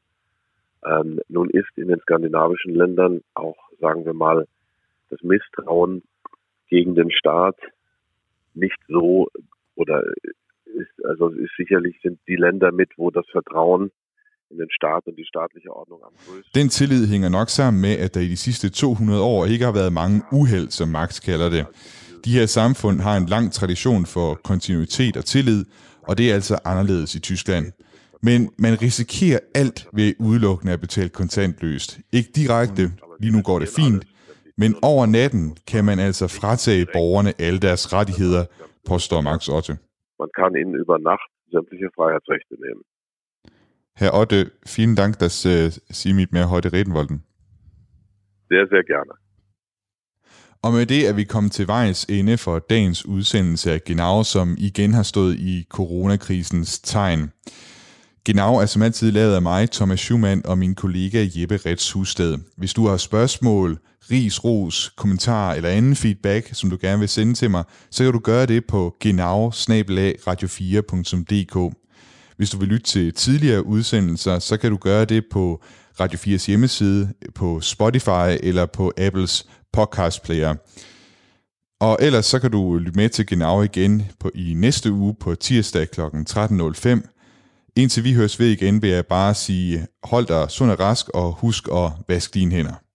Ähm, nun ist in den skandinavischen Ländern auch, sagen wir mal, das Misstrauen gegen den Staat nicht so, oder ist, also ist sicherlich sind die Länder mit, wo das Vertrauen in den Staat und die staatliche Ordnung am größten. Den tillid hænger nok sammen med, at der i de sidste to hundrede år ikke har været mange uheld, som Marx kalder det. De her samfund har en lang tradition for kontinuitet og tillid, og det er altså anderledes i Tyskland. Men man risikerer alt ved udelukkende at betale kontantløst. Ikke direkte, lige nu går det fint, men over natten kan man altså fratage borgerne alle deres rettigheder, påstår Max Otte. Man kann ihnen über Nacht sämtliche Freiheitsrechte nehmen. Herr Otte, vielen Dank, dass äh, Sie mit mir heute reden wollten. Sehr, sehr gerne. Og med det er vi kommet til vejs ende for dagens udsendelse af Genau, som igen har stået i coronakrisens tegn. Genau er som altid lavet af mig, Thomas Schumann, og min kollega Jeppe Retz Husted. Hvis du har spørgsmål, ris, ros, kommentarer eller anden feedback, som du gerne vil sende til mig, så kan du gøre det på genau bindestreg radio fire punktum d k. Hvis du vil lytte til tidligere udsendelser, så kan du gøre det på Radio fires hjemmeside, på Spotify eller på Apples podcast player. Og ellers så kan du lytte med til Genau igen på, i næste uge på tirsdag klokken tretten nul fem. Indtil vi høres ved igen, vil jeg bare sige, hold dig sund og rask, og husk at vaske dine hænder.